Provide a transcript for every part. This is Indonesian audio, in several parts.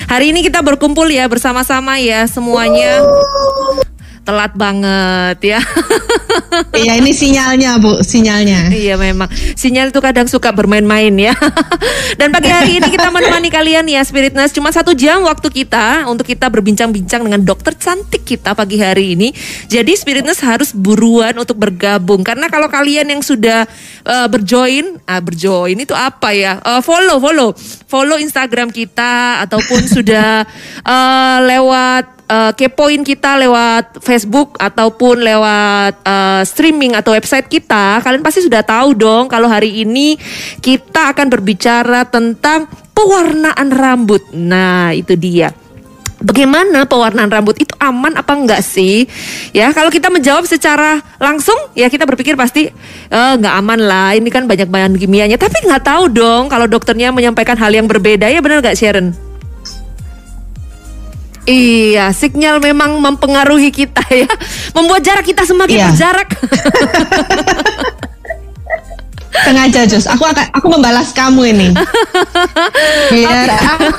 Hari ini kita berkumpul ya bersama-sama ya semuanya. Telat banget ya. Iya, ini sinyalnya Bu, sinyalnya. Iya memang, sinyal itu kadang suka bermain-main ya. Dan pagi hari ini kita menemani kalian ya Spiritness. Cuma 1 jam waktu kita untuk kita berbincang-bincang dengan dokter cantik kita pagi hari ini. Jadi Spiritness harus buruan untuk bergabung. Karena kalau kalian yang sudah berjoin itu apa ya? Follow Instagram kita ataupun sudah lewat kepoin kita lewat Facebook ataupun lewat streaming atau website kita, kalian pasti sudah tahu dong kalau hari ini kita akan berbicara tentang pewarnaan rambut. Nah, itu dia. Bagaimana pewarnaan rambut itu aman apa enggak sih? Ya, kalau kita menjawab secara langsung ya kita berpikir pasti enggak aman lah. Ini kan banyak bahan kimianya. Tapi nggak tahu dong kalau dokternya menyampaikan hal yang berbeda. Ya benar nggak Sharon? Iya, sinyal memang mempengaruhi kita ya. Membuat jarak kita semakin berjarak. Sengaja Jus, aku membalas kamu ini. Biar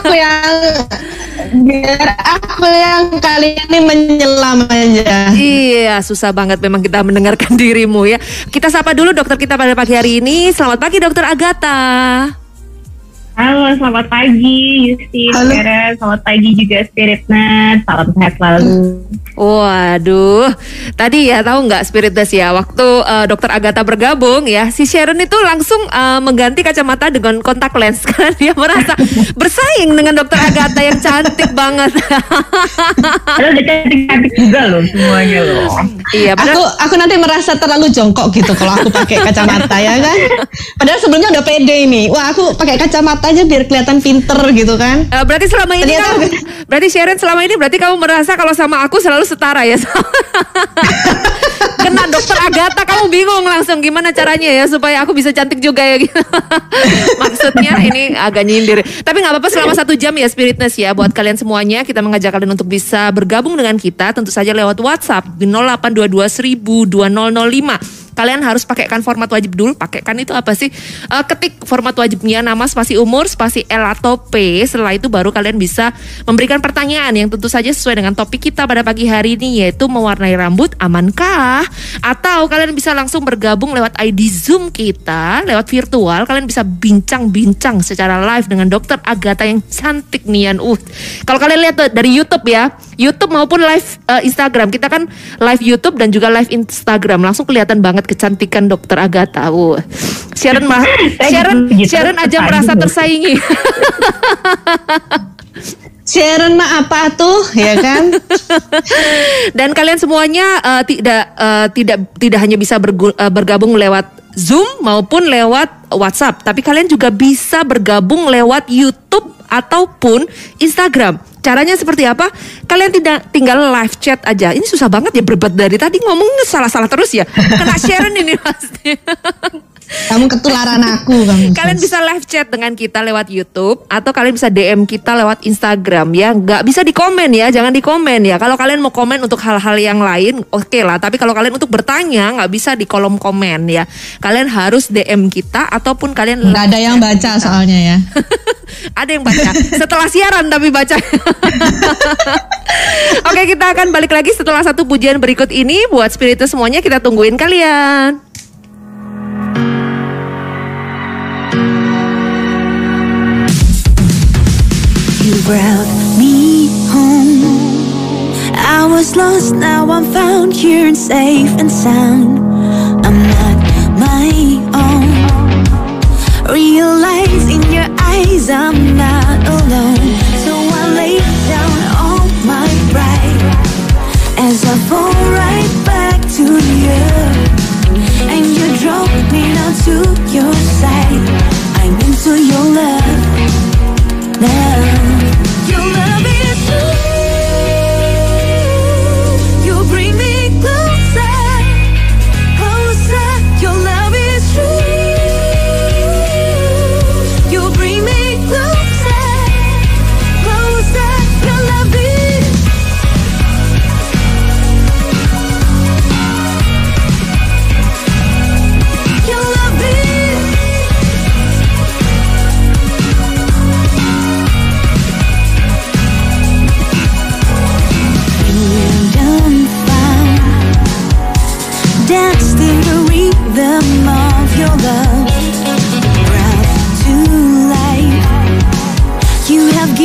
aku yang kali ini menyelam aja. Iya, susah banget memang kita mendengarkan dirimu ya. Kita sapa dulu dokter kita pada pagi hari ini. Selamat pagi Dokter Agatha. Halo, selamat pagi Yusti, selamat pagi juga Spiritness, salam sehat selalu. Waduh, tadi ya tahu nggak Spiritness ya, waktu Dokter Agatha bergabung ya, si Sharon itu langsung mengganti kacamata dengan kontak lens karena dia merasa bersaing dengan Dokter Agatha yang cantik banget. Padahal udah cantik-cantik juga loh semuanya loh. Iya, aku nanti merasa terlalu jongkok gitu kalau aku pakai kacamata ya kan. Padahal sebelumnya udah pede ini. Wah, aku pakai kacamata aja biar kelihatan pinter gitu kan. Berarti selama ini berarti Sharon selama ini berarti kamu merasa kalau sama aku selalu setara ya. Kena Dokter Agatha kamu bingung langsung gimana caranya ya supaya aku bisa cantik juga ya gitu. Maksudnya ini agak nyindir. Tapi nggak apa-apa selama 1 jam ya Spiritness ya buat kalian semuanya. Kita mengajak kalian untuk bisa bergabung dengan kita tentu saja lewat WhatsApp di 0822 1000 2005. Kalian harus pakaikan format wajib dulu. Pakaikan itu apa sih? Ketik format wajibnya, nama, spasi umur, spasi L atau P. Setelah itu baru kalian bisa memberikan pertanyaan yang tentu saja sesuai dengan topik kita pada pagi hari ini, yaitu mewarnai rambut amankah? Atau kalian bisa langsung bergabung lewat ID Zoom kita, lewat virtual. Kalian bisa bincang-bincang secara live dengan Dokter Agatha yang cantik nian. Kalau kalian lihat dari YouTube ya, YouTube maupun live Instagram. Kita kan live YouTube dan juga live Instagram. Langsung kelihatan banget kecantikan Dokter Agatha. Sharon aja merasa tersaingi. Sharon mah apa tuh, ya kan? Dan kalian semuanya tidak hanya bisa bergabung lewat Zoom maupun lewat WhatsApp, tapi kalian juga bisa bergabung lewat YouTube ataupun Instagram. Caranya seperti apa? Kalian tinggal live chat aja. Ini susah banget ya, berdebat dari tadi ngomongnya salah-salah terus ya. Kena Sharon ini pasti. Kamu ketularan aku. Kalian bisa live chat dengan kita lewat YouTube atau kalian bisa DM kita lewat Instagram ya. Nggak bisa di komen ya, jangan di komen ya. Kalau kalian mau komen untuk hal-hal yang lain, oke lah. Tapi kalau kalian untuk bertanya nggak bisa di kolom komen ya. Kalian harus DM kita ataupun kalian nggak ada yang baca kita. Soalnya ya. Ada yang baca setelah siaran tapi baca. Oke, kita akan balik lagi setelah satu pujian berikut ini. Buat Spiritness semuanya, kita tungguin kalian. You brought me home. I was lost, now I'm found here and safe and sound. I'm not my own. Realize in your eyes I'm not alone. So I lay down all my pride as I fall right back to you. And you draw me down to your side. I'm into your love now. Your love is true. You bring me closer, closer. Your love is true. You bring me closer,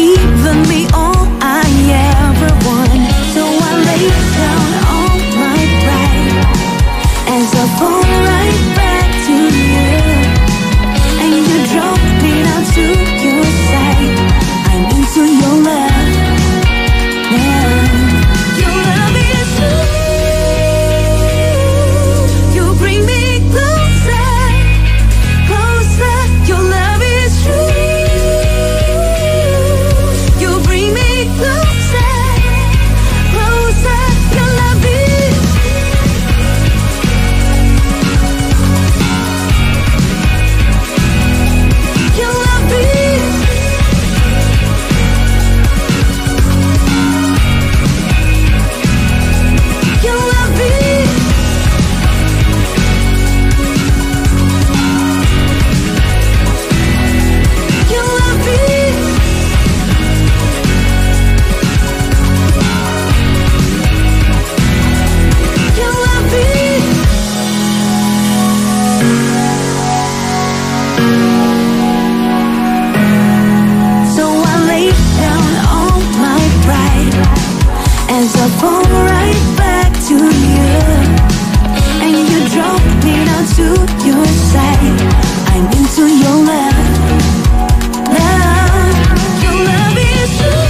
given me all I ever want. So I lay down all my pride as I fall right back to you. And you drop me down to your side. I'm into your love. Your love is true. You bring me closer, closer. Your love is true. You bring me closer, closer. Your love is. Your love is. Your love is. Your love is. Your love is. So I lay down all my pride as I fall right back to you. And you drop me down to your side. I'm into your love. Love. Your love is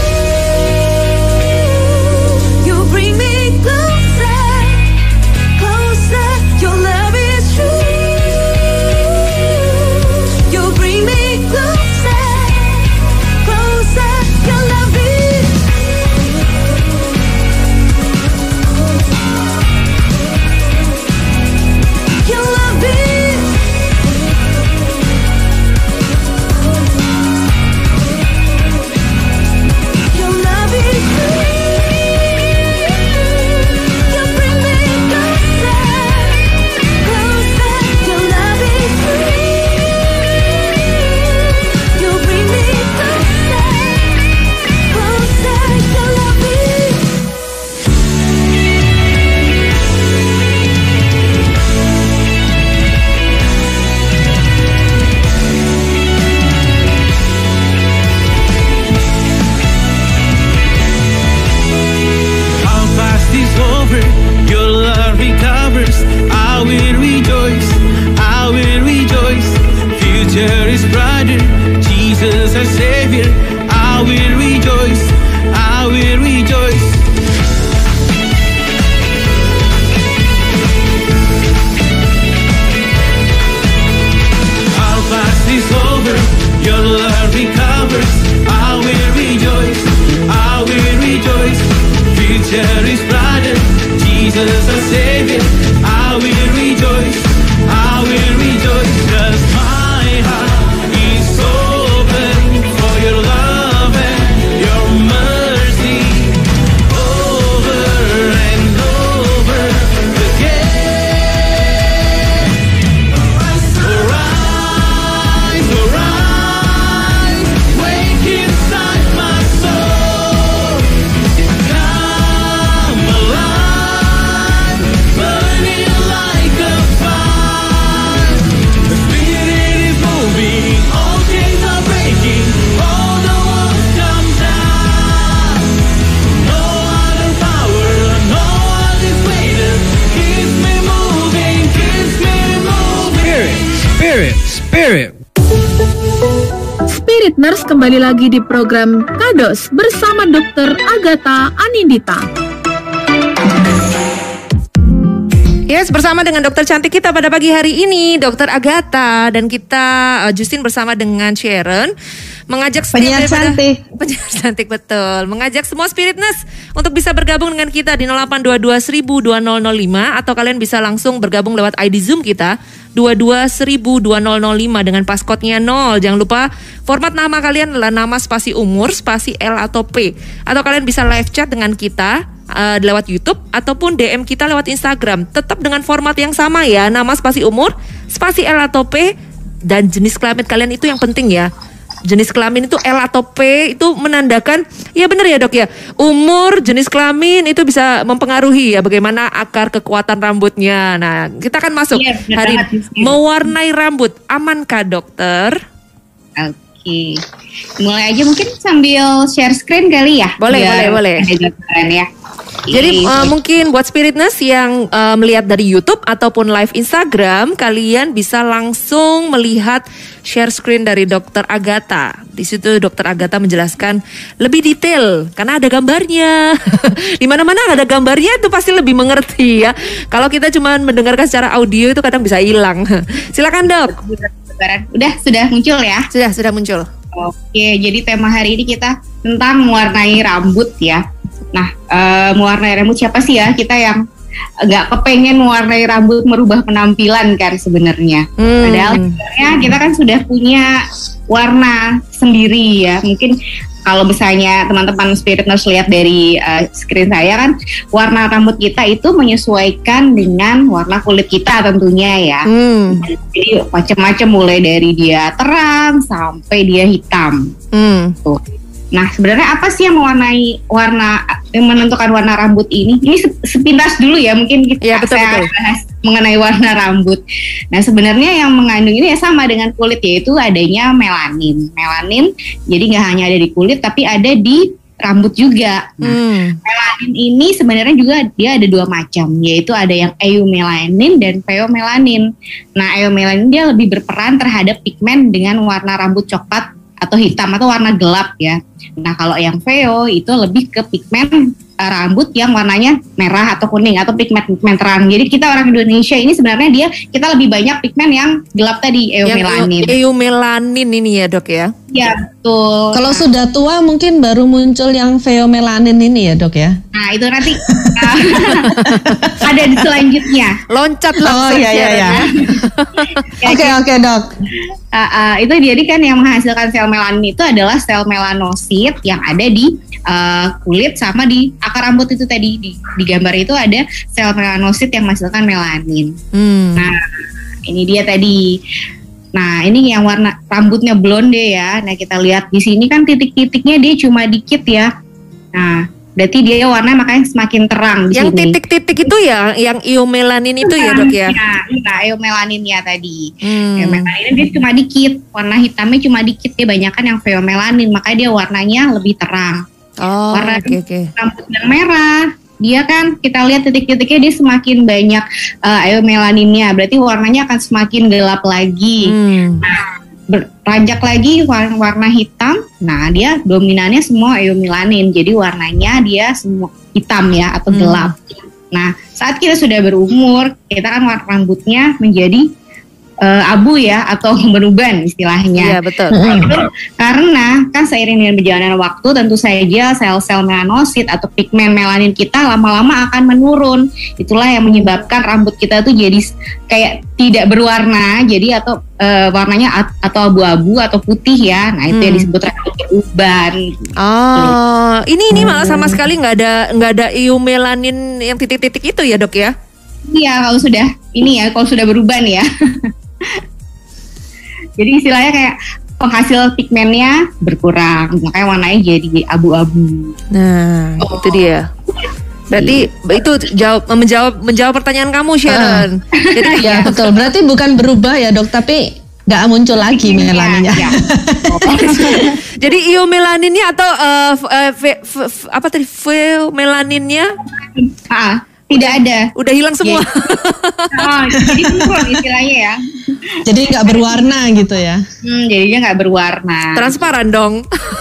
true. You bring me closer, closer. Your love is true. You bring me closer, closer. Your love is. Your love is. Your love is true. You bring me closer, closer. Your love is true. You bring me closer, closer. Your love is. Our past is over, your love recovers. I will rejoice, I will rejoice. Future is brighter, Jesus our Savior. I will rejoice, I will rejoice. Our past is over, your love recovers. I will rejoice, I will rejoice. Future is brighter, Jesus our Savior. I will rejoice, I will rejoice. 'Cause my heart is open for your love and your mercy over and over again. Arise, arise, wake inside my soul. Come alive, burning like a fire. The Spirit is moving, all chains are breaking, all the walls come down. No other power, no other greater, keeps me moving, keeps me moving. Spirit, Spirit. Spirit Nurse kembali lagi di program Kados bersama Dr. Agatha Anindita. Yes, bersama dengan dokter cantik kita pada pagi hari ini, Dokter Agatha, dan kita Justin bersama dengan Sharon mengajak Penyiar cantik. penyiar cantik betul, mengajak semua Spiritness untuk bisa bergabung dengan kita di 0822100005 atau kalian bisa langsung bergabung lewat ID Zoom kita 22100005 dengan passcode-nya 0. Jangan lupa format nama kalian adalah nama spasi umur spasi L atau P, atau kalian bisa live chat dengan kita lewat YouTube ataupun DM kita lewat Instagram, tetap dengan format yang sama ya, nama spasi umur spasi L atau P, dan jenis kelamin kalian itu yang penting ya. Jenis kelamin itu L atau P itu menandakan, ya benar ya dok ya, umur, jenis kelamin itu bisa mempengaruhi ya bagaimana akar kekuatan rambutnya. Nah kita akan masuk hari mewarnai rambut, amankah dokter? Oke. Oke. Mulai aja mungkin sambil share screen kali ya. Boleh. Ada gambaran ya. Jadi mungkin buat Spiritness yang melihat dari YouTube ataupun live Instagram, kalian bisa langsung melihat share screen dari Dr. Agatha. Di situ Dr. Agatha menjelaskan lebih detail karena ada gambarnya. Di mana-mana ada gambarnya itu pasti lebih mengerti ya. Kalau kita cuma mendengarkan secara audio itu kadang bisa hilang. Silakan Dok. Sudah muncul ya? Sudah muncul. Oke, jadi tema hari ini kita tentang mewarnai rambut ya. Nah, mewarnai rambut siapa sih ya kita yang nggak kepengen mewarnai rambut merubah penampilan kan sebenarnya. Padahal sebenarnya kita kan sudah punya warna sendiri ya. Mungkin kalau misalnya teman-teman Spiritness lihat dari screen saya kan, warna rambut kita itu menyesuaikan dengan warna kulit kita tentunya ya. Jadi macam-macam mulai dari dia terang sampai dia hitam. Tuh. Nah, sebenarnya apa sih yang menentukan warna rambut ini? Ini sepintas dulu ya, mungkin kita bahas mengenai warna rambut. Nah, sebenarnya yang mengandung ini ya sama dengan kulit, yaitu adanya melanin. Melanin jadi nggak hanya ada di kulit, tapi ada di rambut juga. Nah, melanin ini sebenarnya juga dia ada dua macam, yaitu ada yang eumelanin dan pheomelanin. Nah, eumelanin dia lebih berperan terhadap pigmen dengan warna rambut coklat atau hitam atau warna gelap ya. Nah, kalau yang pheo itu lebih ke pigmen rambut yang warnanya merah atau kuning atau pigmen terang. Jadi kita orang Indonesia ini sebenarnya kita lebih banyak pigmen yang gelap tadi, eumelanin. Eumelanin ini ya Dok ya? Ya betul. Kalau sudah tua mungkin baru muncul yang pheomelanin ini ya Dok ya? Nah itu nanti ada di selanjutnya. Loncat langsung. Oh iya. Oke Dok. Itu jadi kan yang menghasilkan sel melanin itu adalah sel melanosit yang ada di kulit sama di akar rambut itu tadi di gambar itu ada sel melanosit yang menghasilkan melanin. Nah, ini dia tadi. Nah, ini yang warna rambutnya blonde ya. Nah, kita lihat di sini kan titik-titiknya dia cuma dikit ya. Nah, berarti dia warna makanya semakin terang di yang sini. Yang titik-titik itu ya, yang eumelanin itu ya Dok ya? Nah, eumelaninnya tadi. Eumelanin dia cuma dikit, warna hitamnya cuma dikit, dia banyakan yang pheomelanin, makanya dia warnanya lebih terang. Warna rambut yang merah, dia kan kita lihat titik-titiknya dia semakin banyak eumelaninnya, berarti warnanya akan semakin gelap lagi. Nah, beranjak lagi warna hitam, nah dia dominannya semua eumelanin, jadi warnanya dia semua hitam ya atau gelap. Nah, saat kita sudah berumur, kita kan warna rambutnya menjadi abu ya atau beruban istilahnya. Iya betul. Karena kan seiring dengan berjalannya waktu tentu saja sel-sel melanosit atau pigmen melanin kita lama-lama akan menurun. Itulah yang menyebabkan rambut kita tuh jadi kayak tidak berwarna, jadi atau warnanya atau abu-abu atau putih ya. Nah itu yang disebut rambut beruban. Ini malah sama sekali nggak ada eumelanin yang titik-titik itu ya Dok ya? Iya kalau sudah beruban ya. Jadi istilahnya kayak penghasil pigmennya berkurang, makanya warnanya jadi abu-abu. Nah, itu dia. Berarti itu menjawab pertanyaan kamu Sharon. Jadi ya betul. Berarti bukan berubah ya Dok, tapi nggak muncul lagi melaninnya. Ya. Jadi eumelaninnya atau apa tadi pheomelaninnya? Tidak ada. Udah hilang semua. Jadi turun istilahnya ya. Jadi nggak berwarna gitu ya? Jadinya nggak berwarna. Transparan dong.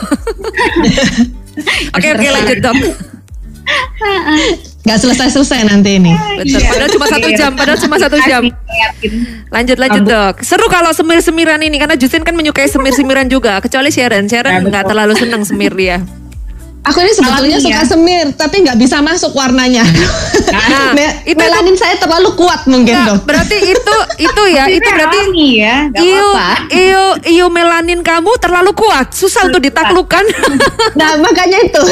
Oke, lanjut Dok. Nggak selesai nanti ini. Betul. Padahal cuma satu jam. Lanjut Dok. Seru kalau semir-semiran ini karena Justin kan menyukai semir-semiran juga. Kecuali Sharon nggak terlalu senang semir dia. Aku ini sebetulnya suka semir, tapi nggak bisa masuk warnanya. Nah, melanin saya terlalu kuat mungkin Dok. Berarti itu ya, itu berarti ya, melanin kamu terlalu kuat, susah untuk ditaklukkan. Nah makanya itu.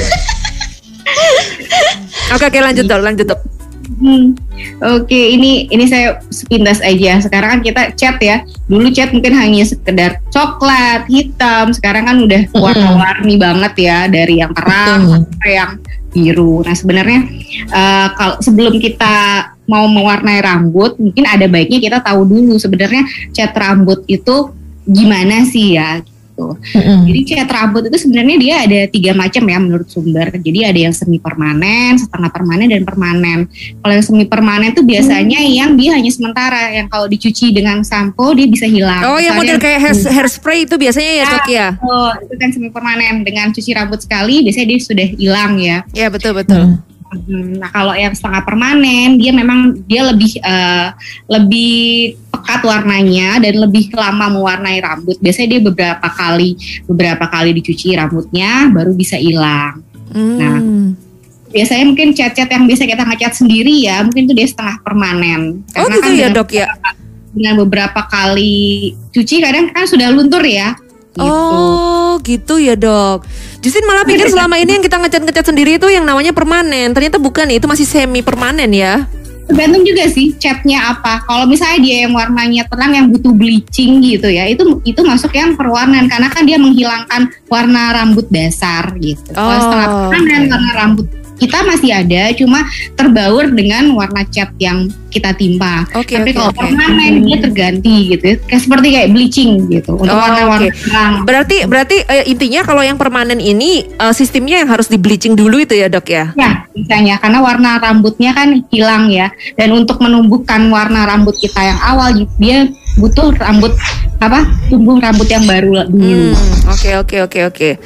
Oke, lanjut Dok. Oke, ini saya sepintas aja. Sekarang kan kita cat ya. Dulu cat mungkin hanya sekedar coklat, hitam. Sekarang kan udah warna-warni banget ya, dari yang terang sampai yang biru. Nah sebenarnya kalau sebelum kita mau mewarnai rambut, mungkin ada baiknya kita tahu dulu sebenarnya cat rambut itu gimana sih ya. gitu. Jadi cat rambut itu sebenarnya dia ada 3 macam ya menurut sumber. Jadi ada yang semi permanen, setengah permanen, dan permanen. Kalau yang semi permanen itu biasanya yang dia hanya sementara, yang kalau dicuci dengan sampo dia bisa hilang. Oh, yang model kayak hairspray itu biasanya ya dok ya? Oh, itu kan semi permanen, dengan cuci rambut sekali biasanya dia sudah hilang ya. Ya betul. Nah kalau yang setengah permanen dia memang dia lebih pekat warnanya dan lebih lama mewarnai rambut. Biasanya dia beberapa kali dicuci rambutnya baru bisa hilang. Nah biasanya mungkin cat-cat yang biasa kita ngecat sendiri ya, mungkin itu dia setengah permanen. Oh gitu kan ya dok ya? Dengan beberapa kali cuci kadang kan sudah luntur ya. Gitu. Oh gitu ya dok. Justin malah pikir selama ini yang kita ngecat sendiri itu yang namanya permanen. Ternyata bukan, itu masih semi permanen ya. Tergantung juga sih catnya apa. Kalau misalnya dia yang warnanya terang yang butuh bleaching gitu ya, itu masuk yang perwarnaan karena kan dia menghilangkan warna rambut dasar gitu. Kalau setengah permanen warna rambut kita masih ada, cuma terbaur dengan warna cat yang kita timpa. Tapi kalau permanen dia terganti gitu, kayak bleaching gitu untuk warna-warna terang. Berarti intinya kalau yang permanen ini sistemnya yang harus di bleaching dulu itu ya dok ya? Ya, misalnya karena warna rambutnya kan hilang ya, dan untuk menumbuhkan warna rambut kita yang awal dia butuh tumbuh rambut yang baru dulu. Oke.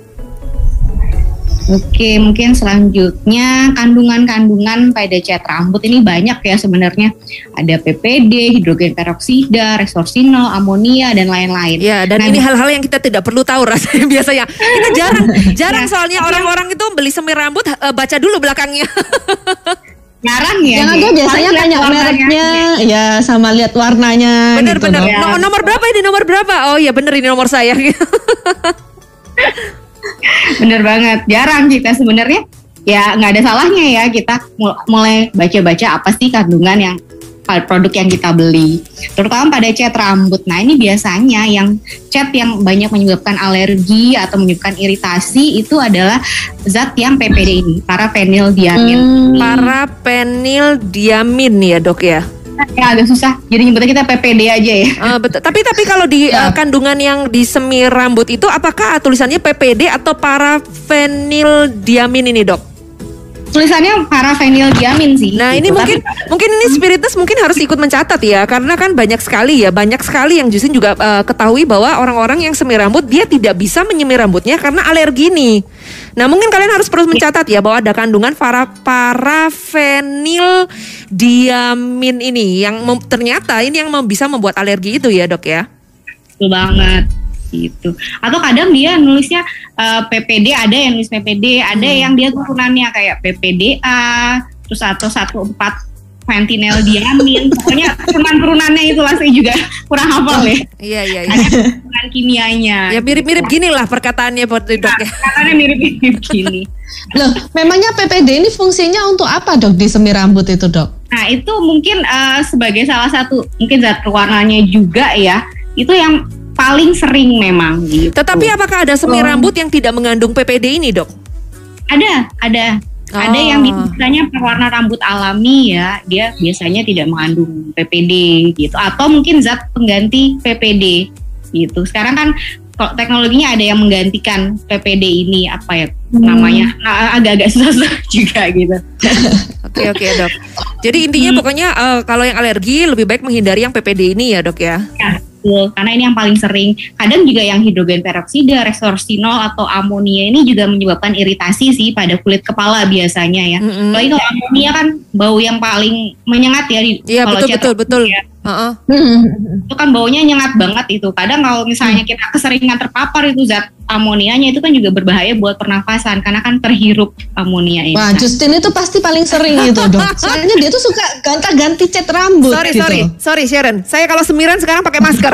Oke, mungkin selanjutnya kandungan-kandungan pada cat rambut ini banyak ya sebenarnya. Ada PPD, hidrogen peroksida, resorsinol, amonia, dan lain-lain. Ya, dan ini hal-hal yang kita tidak perlu tahu rasanya biasanya. Kita jarang soalnya orang-orang itu beli semir rambut baca dulu belakangnya. Jarang ya. Yang ada biasanya tanya mereknya, ya sama lihat warnanya. Bener. Ya. Nomor berapa ini? Nomor berapa? Oh iya bener, ini nomor saya. Bener banget, jarang kita sebenarnya. Ya nggak ada salahnya ya kita mulai baca-baca apa sih kandungan yang produk yang kita beli, terutama pada cat rambut. Nah ini biasanya yang cat yang banyak menyebabkan alergi atau menyebabkan iritasi itu adalah zat yang PPD ini, parafenildiamin. Parafenildiamin ya dok ya? Ya agak susah, jadi nyebutnya kita PPD aja ya. Betul. Tapi kalau di kandungan yang di semir rambut itu apakah tulisannya PPD atau parafenildiamin ini dok? Tulisannya parafenildiamin sih. Nah ini mungkin ini Spiritus mungkin harus ikut mencatat ya, karena kan banyak sekali yang Justin juga ketahui bahwa orang-orang yang semir rambut dia tidak bisa menyemir rambutnya karena alergi nih. Nah mungkin kalian harus perlu mencatat ya bahwa ada kandungan parafenildiamin ini yang ternyata ini yang bisa membuat alergi itu ya dok ya? Betul banget gitu. Atau kadang dia nulisnya PPD, ada yang nulis PPD, ada yang dia turunannya kayak PPDA, terus atau 14 pentineldiamin. Pokoknya cuman turunannya itulah, saya juga kurang hafal ya. Iya. Ada turunan kimianya. Ya mirip-mirip gini lah perkataannya dok ya. Perkataannya mirip-mirip gini. Loh, memangnya PPD ini fungsinya untuk apa dok di semir rambut itu dok? Nah itu mungkin sebagai salah satu mungkin zat pewarnanya juga ya. Itu yang paling sering memang gitu. Tetapi apakah ada semir rambut yang tidak mengandung PPD ini dok? Ada. Ada yang biasanya pewarna rambut alami ya, dia biasanya tidak mengandung PPD gitu, atau mungkin zat pengganti PPD gitu. Sekarang kan teknologinya ada yang menggantikan PPD ini, apa ya namanya, agak-agak susah juga gitu. Oke dok. Jadi intinya pokoknya kalau yang alergi lebih baik menghindari yang PPD ini ya dok ya? Ya. Karena ini yang paling sering. Kadang juga yang hidrogen peroksida, resorsinol atau amonia ini juga menyebabkan iritasi sih pada kulit kepala biasanya ya. Apalagi kalau amonia kan bau yang paling menyengat ya. Iya betul. Ya. Itu kan baunya nyengat banget itu. Kadang kalau misalnya kita keseringan terpapar itu zat amonianya itu kan juga berbahaya buat pernafasan karena kan terhirup amonia ini. Wah, Justin itu pasti paling sering itu dok. Soalnya dia tuh suka gonta-ganti cat rambut. Sorry Sharon. Saya kalau semiran sekarang pakai masker.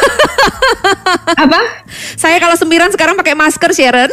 Apa? Saya kalau semiran sekarang pakai masker Sharon.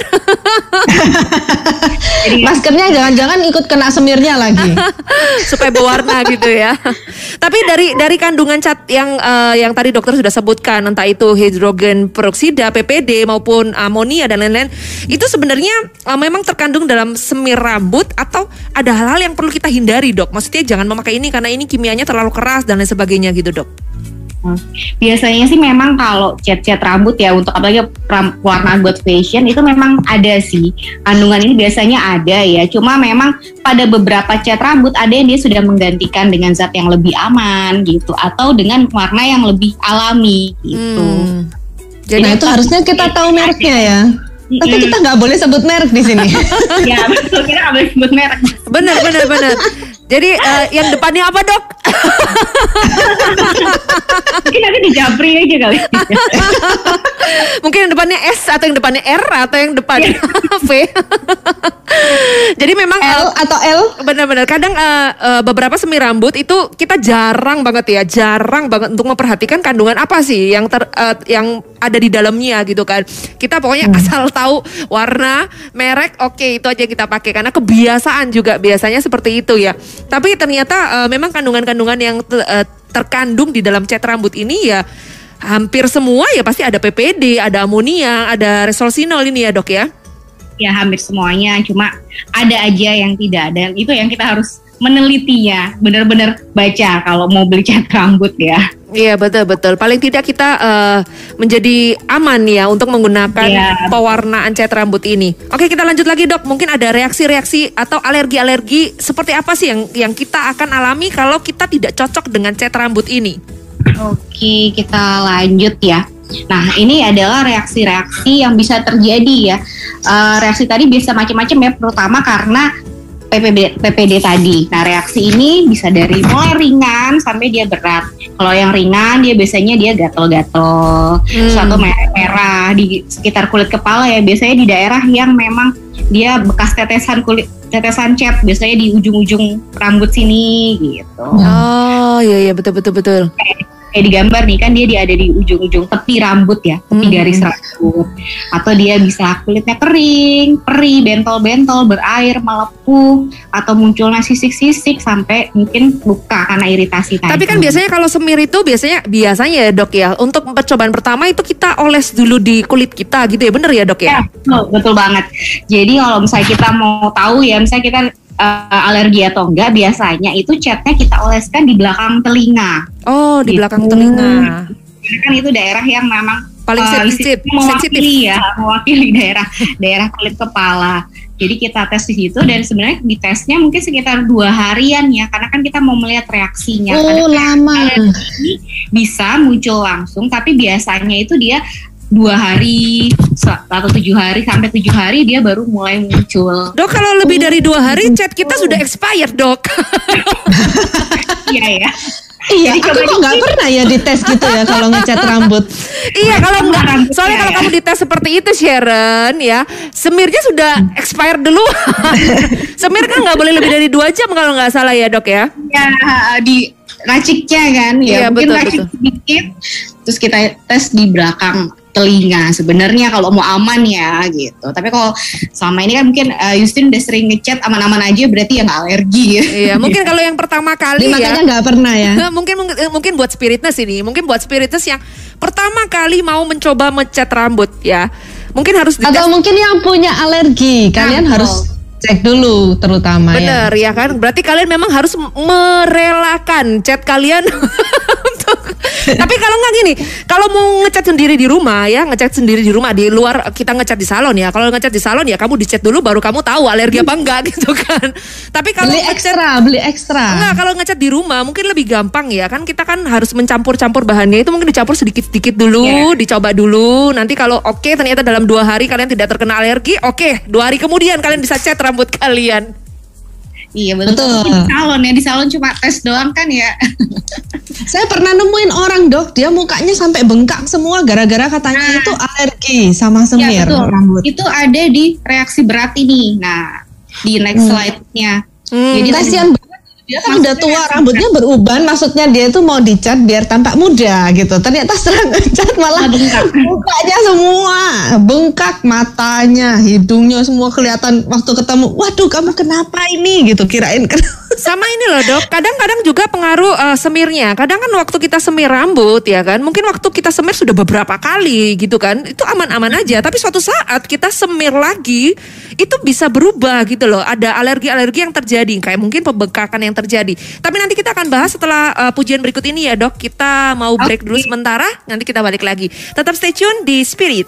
Maskernya jangan-jangan ikut kena semirnya lagi. Supaya berwarna gitu ya. Tapi dari kandungan cat yang tadi dokter sudah sebutkan, entah itu hidrogen peroksida, PPD maupun amonia dan lain-lain, itu sebenarnya memang terkandung dalam semir rambut atau ada hal-hal yang perlu kita hindari dok? Maksudnya jangan memakai ini karena ini kimianya terlalu keras dan lain sebagainya gitu dok? Biasanya sih memang kalau cat rambut ya, untuk apalagi warna buat fashion itu memang ada sih. Kandungan ini biasanya ada ya. Cuma memang pada beberapa cat rambut ada yang dia sudah menggantikan dengan zat yang lebih aman gitu, atau dengan warna yang lebih alami gitu. Jadi nah itu harusnya kita tahu mereknya ya. Tapi kita nggak boleh sebut merek di sini. Ya betul, kita nggak boleh sebut merek. Benar. Jadi yang depannya apa, Dok? Mungkin nanti dijabri aja kali. Mungkin yang depannya S atau yang depannya R atau yang depannya V. Jadi memang L atau L. Benar-benar. Kadang beberapa semi rambut itu kita jarang banget untuk memperhatikan kandungan apa sih yang yang ada di dalamnya gitu kan. Kita pokoknya asal tahu warna, merek, oke, itu aja kita pakai karena kebiasaan juga biasanya seperti itu ya. Tapi ternyata memang kandungan-kandungan yang terkandung di dalam cat rambut ini ya hampir semua ya pasti ada PPD, ada amonia, ada resorcinol ini ya, Dok ya. Ya hampir semuanya, cuma ada aja yang tidak, dan itu yang kita harus menelitinya, benar-benar baca kalau mau beli cat rambut ya. Iya betul. Paling tidak kita menjadi aman ya untuk menggunakan pewarnaan cat rambut ini. Oke, kita lanjut lagi, Dok. Mungkin ada reaksi-reaksi atau alergi-alergi seperti apa sih yang kita akan alami kalau kita tidak cocok dengan cat rambut ini? Oke, kita lanjut ya. Nah, ini adalah reaksi-reaksi yang bisa terjadi ya. Reaksi tadi bisa macam-macam ya, terutama karena PPD tadi. Nah, reaksi ini bisa dari mulai ringan sampai dia berat. Kalau yang ringan dia biasanya dia gatel-gatel, atau merah di sekitar kulit kepala ya. Biasanya di daerah yang memang dia bekas tetesan cat, biasanya di ujung-ujung rambut sini gitu. Oh, iya betul. Kayak di gambar nih kan dia ada di ujung-ujung tepi rambut ya, tepi garis rambut. Atau dia bisa kulitnya kering, perih, bentol-bentol, berair, melepuh, atau munculnya sisik-sisik sampai mungkin luka karena iritasi tadi. Tapi kan biasanya kalau semir itu biasanya ya, Dok ya, untuk percobaan pertama itu kita oles dulu di kulit kita gitu ya, bener ya, Dok ya? Ya, betul banget. Jadi kalau misalnya kita mau tahu ya, misalnya kita alergi atau enggak, biasanya itu catnya kita oleskan di belakang telinga. Oh, di belakang telinga. Karena kan itu daerah yang memang paling sensitif ya, mewakili daerah kulit kepala. Jadi kita tes di situ, dan sebenarnya di tesnya mungkin sekitar 2 harian ya, karena kan kita mau melihat reaksinya. Oh, lama. Bisa muncul langsung, tapi biasanya itu dia 2 hari atau 7 hari sampai 7 hari dia baru mulai muncul. Dok, kalau lebih dari 2 hari cat kita sudah expired, Dok. Iya ya. Iya, aku kok nggak pernah ya dites gitu ya kalau ngecat rambut. Iya, kalau nggak, soalnya kalau kamu dites seperti itu, Sharon ya, semirnya sudah expired dulu. Semir kan nggak boleh lebih dari 2 jam kalau nggak salah ya, Dok ya. Ya, di raciknya kan ya, mungkin racik sedikit, terus kita tes di belakang telinga sebenarnya kalau mau aman ya gitu. Tapi kalau selama ini kan mungkin Justin udah sering ngecat aman-aman aja, berarti ya nggak alergi ya. Iya, mungkin kalau yang pertama kali makanya nggak pernah ya. mungkin buat spiritness ini, mungkin buat spiritness yang pertama kali mau mencoba mencat rambut ya, mungkin harus dites. Atau mungkin yang punya alergi, kalian harus cek dulu terutama. Bener ya kan, berarti kalian memang harus merelakan cat kalian. Tapi kalau nggak gini, kalau mau ngecat sendiri di rumah ya, ngecat sendiri di rumah, di luar kita ngecat di salon ya. Kalau ngecat di salon ya kamu dicat dulu baru kamu tahu alergi apa enggak gitu kan. Tapi kalau beli ekstra. Enggak, kalau ngecat di rumah mungkin lebih gampang ya. Kan kita kan harus mencampur-campur bahannya itu, mungkin dicampur sedikit-sedikit dulu, dicoba dulu. Nanti kalau oke, ternyata dalam 2 hari kalian tidak terkena alergi, oke, 2 hari kemudian kalian bisa cat rambut kalian. Iya betul. Di salon cuma tes doang kan ya. Saya pernah nemuin orang, Dok, dia mukanya sampai bengkak semua gara-gara katanya itu alergi sama semir rambut. Itu ada di reaksi berat ini. Nah, di next slide-nya. Jadi kasihan banget. Dia kan udah tua, rambutnya beruban, maksudnya dia tuh mau dicat biar tampak muda gitu. Ternyata setelah ngecat malah mukanya semua bengkak, matanya, hidungnya semua kelihatan waktu ketemu. Waduh, kamu kenapa ini gitu, kirain Sama ini loh dok, kadang-kadang juga pengaruh semirnya. Kadang kan waktu kita semir rambut ya kan, mungkin waktu kita semir sudah beberapa kali gitu kan, itu aman-aman aja. Tapi suatu saat kita semir lagi, itu bisa berubah gitu loh. Ada alergi-alergi yang terjadi, kayak mungkin pembengkakan yang terjadi. Tapi nanti kita akan bahas setelah pujian berikut ini ya dok. Kita mau break dulu sementara, nanti kita balik lagi. Tetap stay tune di Spirit.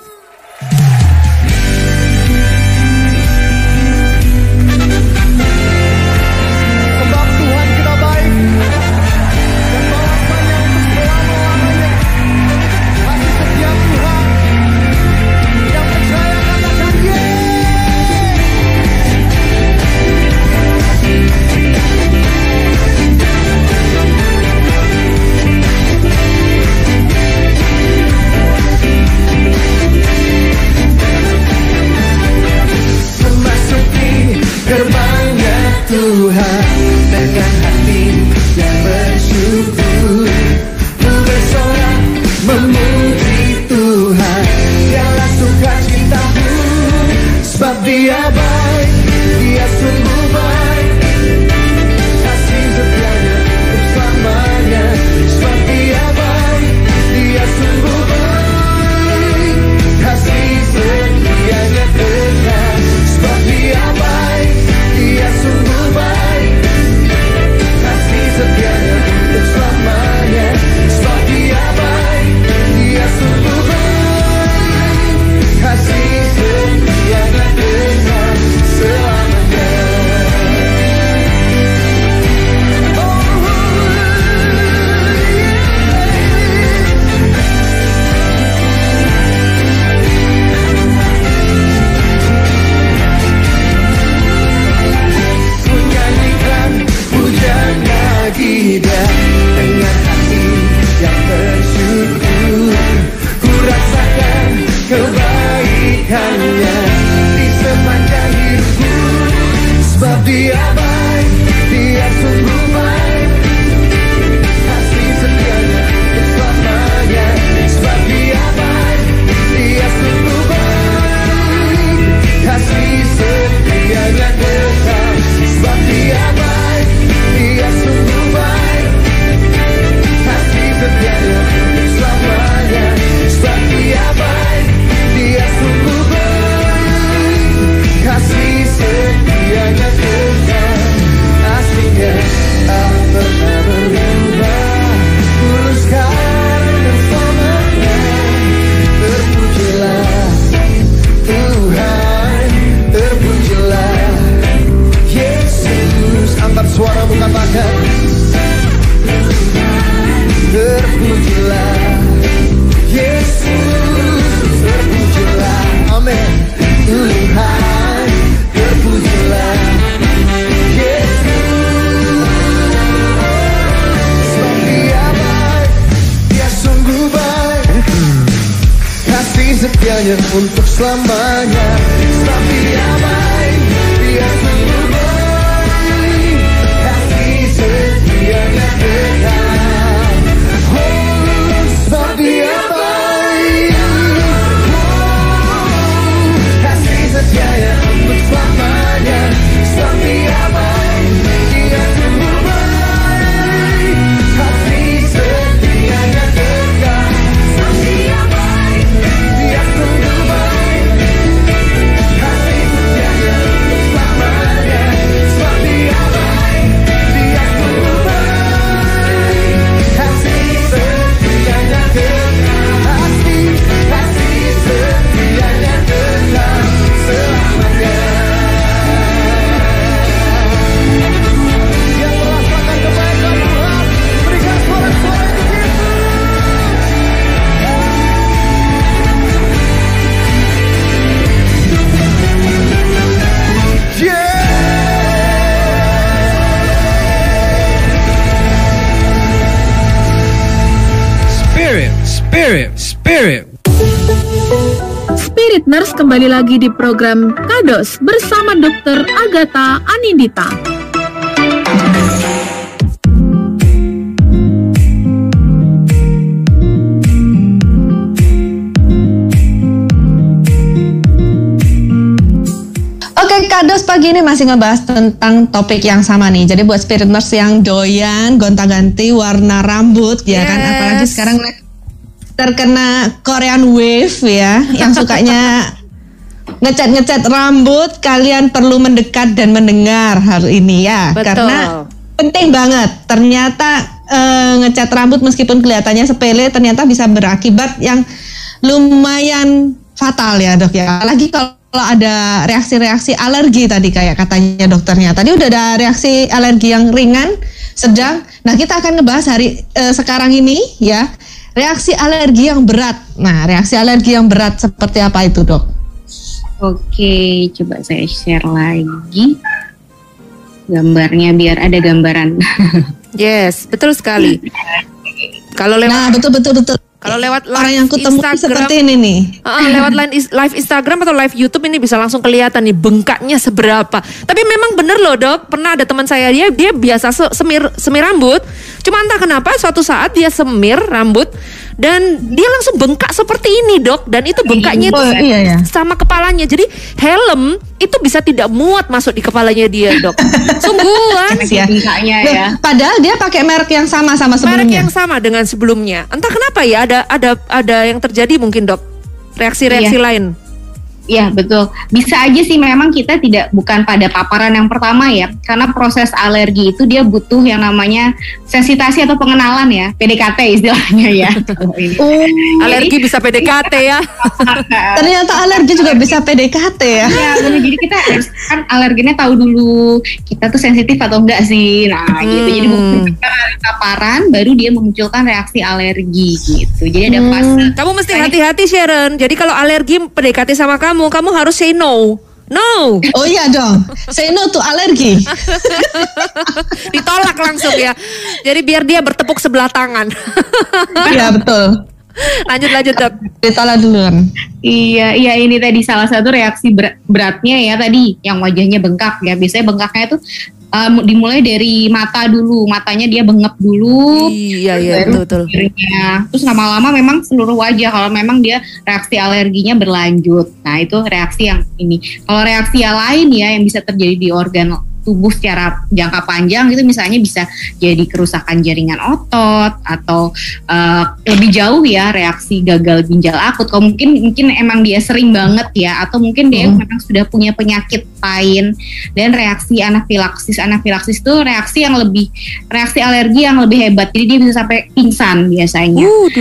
Tuhan dengan hati yang bersyukur, ku bersorak memuji Tuhan. Dialah sukacitaku, sebab Dia baik, Dia sungguh baik. Kasih setianya untuk selamanya, sebab Dia baik, Dia sungguh baik. Kasih setianya kekal, sebab Dia baik, Dia sungguh baik. Kasih setianya untuk selamanya, sebab Dia baik, Dia sungguh baik. Kasih setianya kekal selamanya. Dan dengan hati yang bersyukur, ku rasakan kebaikannya di sepanjang hidupku. Sebab Dia baik, Dia sungguh baik. Kasih setianya untuk selamanya, sebab Dia baik, Dia sungguh baik. Kasih setianya kekal, sebab Dia baik, Dia sungguh baik. Kasih setianya untuk selamanya, sebab Dia baik, Dia sungguh baik. Kasih setianya kekal, aslinya tak pernah berubah. Dulu sekarang dan selamanya. Terpujilah Tuhan, terpujilah Yesus. Angkat suaramu katakan, terpujilah Yesus, terpujilah, amin. Tuhan, terpujilah Yesus. Sebab Dia baik, Dia sungguh baik. Kasih setianya untuk selamanya, sebab Dia baik, Dia sungguh baik. Kasih setianya kekal, oh, sebab Dia baik. Oh, kasih setianya untuk selamanya, sebab Dia baik, Dia sungguh baik. Kasih setianya kekal, sebab Dia baik, Dia sungguh baik. Kasih setianya untuk selamanya, sebab Dia baik, Dia sungguh baik. Kasih setianya kekal, kasih setianya kekal selamanya. Yang merasakan kebaikan Tuhan, berikan suara-suara itu kita. Spirit, Spirit, Spirit. Spirit Nurse kembali lagi di program Kados bersama Dr. Agatha Anindita. Oke, Kados pagi ini masih ngebahas tentang topik yang sama nih. Jadi buat spiritners yang doyan gonta-ganti warna rambut ya kan, apalagi sekarang terkena Korean wave ya, yang sukanya ngecat rambut, kalian perlu mendekat dan mendengar hal ini ya. Betul. Karena penting banget. Ternyata ngecat rambut meskipun kelihatannya sepele, ternyata bisa berakibat yang lumayan fatal ya dok ya. Apalagi kalau ada reaksi-reaksi alergi tadi kayak katanya dokternya. Tadi udah ada reaksi alergi yang ringan, sedang. Nah kita akan ngebahas sekarang ini ya, reaksi alergi yang berat. Nah reaksi alergi yang berat seperti apa itu dok? Oke, coba saya share lagi gambarnya biar ada gambaran. Yes, betul sekali. Kalau lewat, nah betul. Kalau lewat orang yang kutemu seperti ini nih. Lewat live Instagram atau live YouTube ini bisa langsung kelihatan nih bengkaknya seberapa. Tapi memang bener loh dok, pernah ada teman saya dia biasa semir rambut. Cuma entah kenapa suatu saat dia semir rambut dan dia langsung bengkak seperti ini dok. Dan itu bengkaknya itu sama kepalanya. Jadi helm itu bisa tidak muat masuk di kepalanya dia dok. Sungguhan. Bengkaknya ya. Padahal dia pakai merek yang sama sebelumnya. Merek yang sama dengan sebelumnya. Entah kenapa ya ada yang terjadi mungkin dok. Reaksi-reaksi lain. Iya betul, bisa aja sih memang kita bukan pada paparan yang pertama ya, karena proses alergi itu dia butuh yang namanya sensitasi atau pengenalan ya, PDKT istilahnya ya. Alergi bisa PDKT ya. Ternyata alergi juga bisa PDKT ya. Iya benar, jadi kita kan alergennya tahu dulu kita tuh sensitif atau enggak sih, nah gitu. Jadi bukan paparan baru dia memunculkan reaksi alergi gitu. Jadi ada fase. Kamu mesti hati-hati Sharon. Jadi kalau alergi PDKT sama kamu harus say no. No. Oh iya dong. Say no to alergi. Ditolak langsung ya. Jadi biar dia bertepuk sebelah tangan. Iya betul. Lanjut dok. Ditolak duluan. Iya ini tadi salah satu reaksi beratnya ya tadi yang wajahnya bengkak ya. Biasanya bengkaknya itu dimulai dari mata dulu, matanya dia bengep dulu. Iya betul. Terus lama-lama memang seluruh wajah kalau memang dia reaksi alerginya berlanjut. Nah itu reaksi yang ini. Kalau reaksi yang lain ya yang bisa terjadi di organ tubuh secara jangka panjang itu misalnya bisa jadi kerusakan jaringan otot atau lebih jauh ya reaksi gagal ginjal akut. Kalau mungkin emang dia sering banget ya, atau mungkin dia memang sudah punya penyakit lain dan reaksi anafilaksis itu reaksi alergi yang lebih hebat. Jadi dia bisa sampai pingsan biasanya.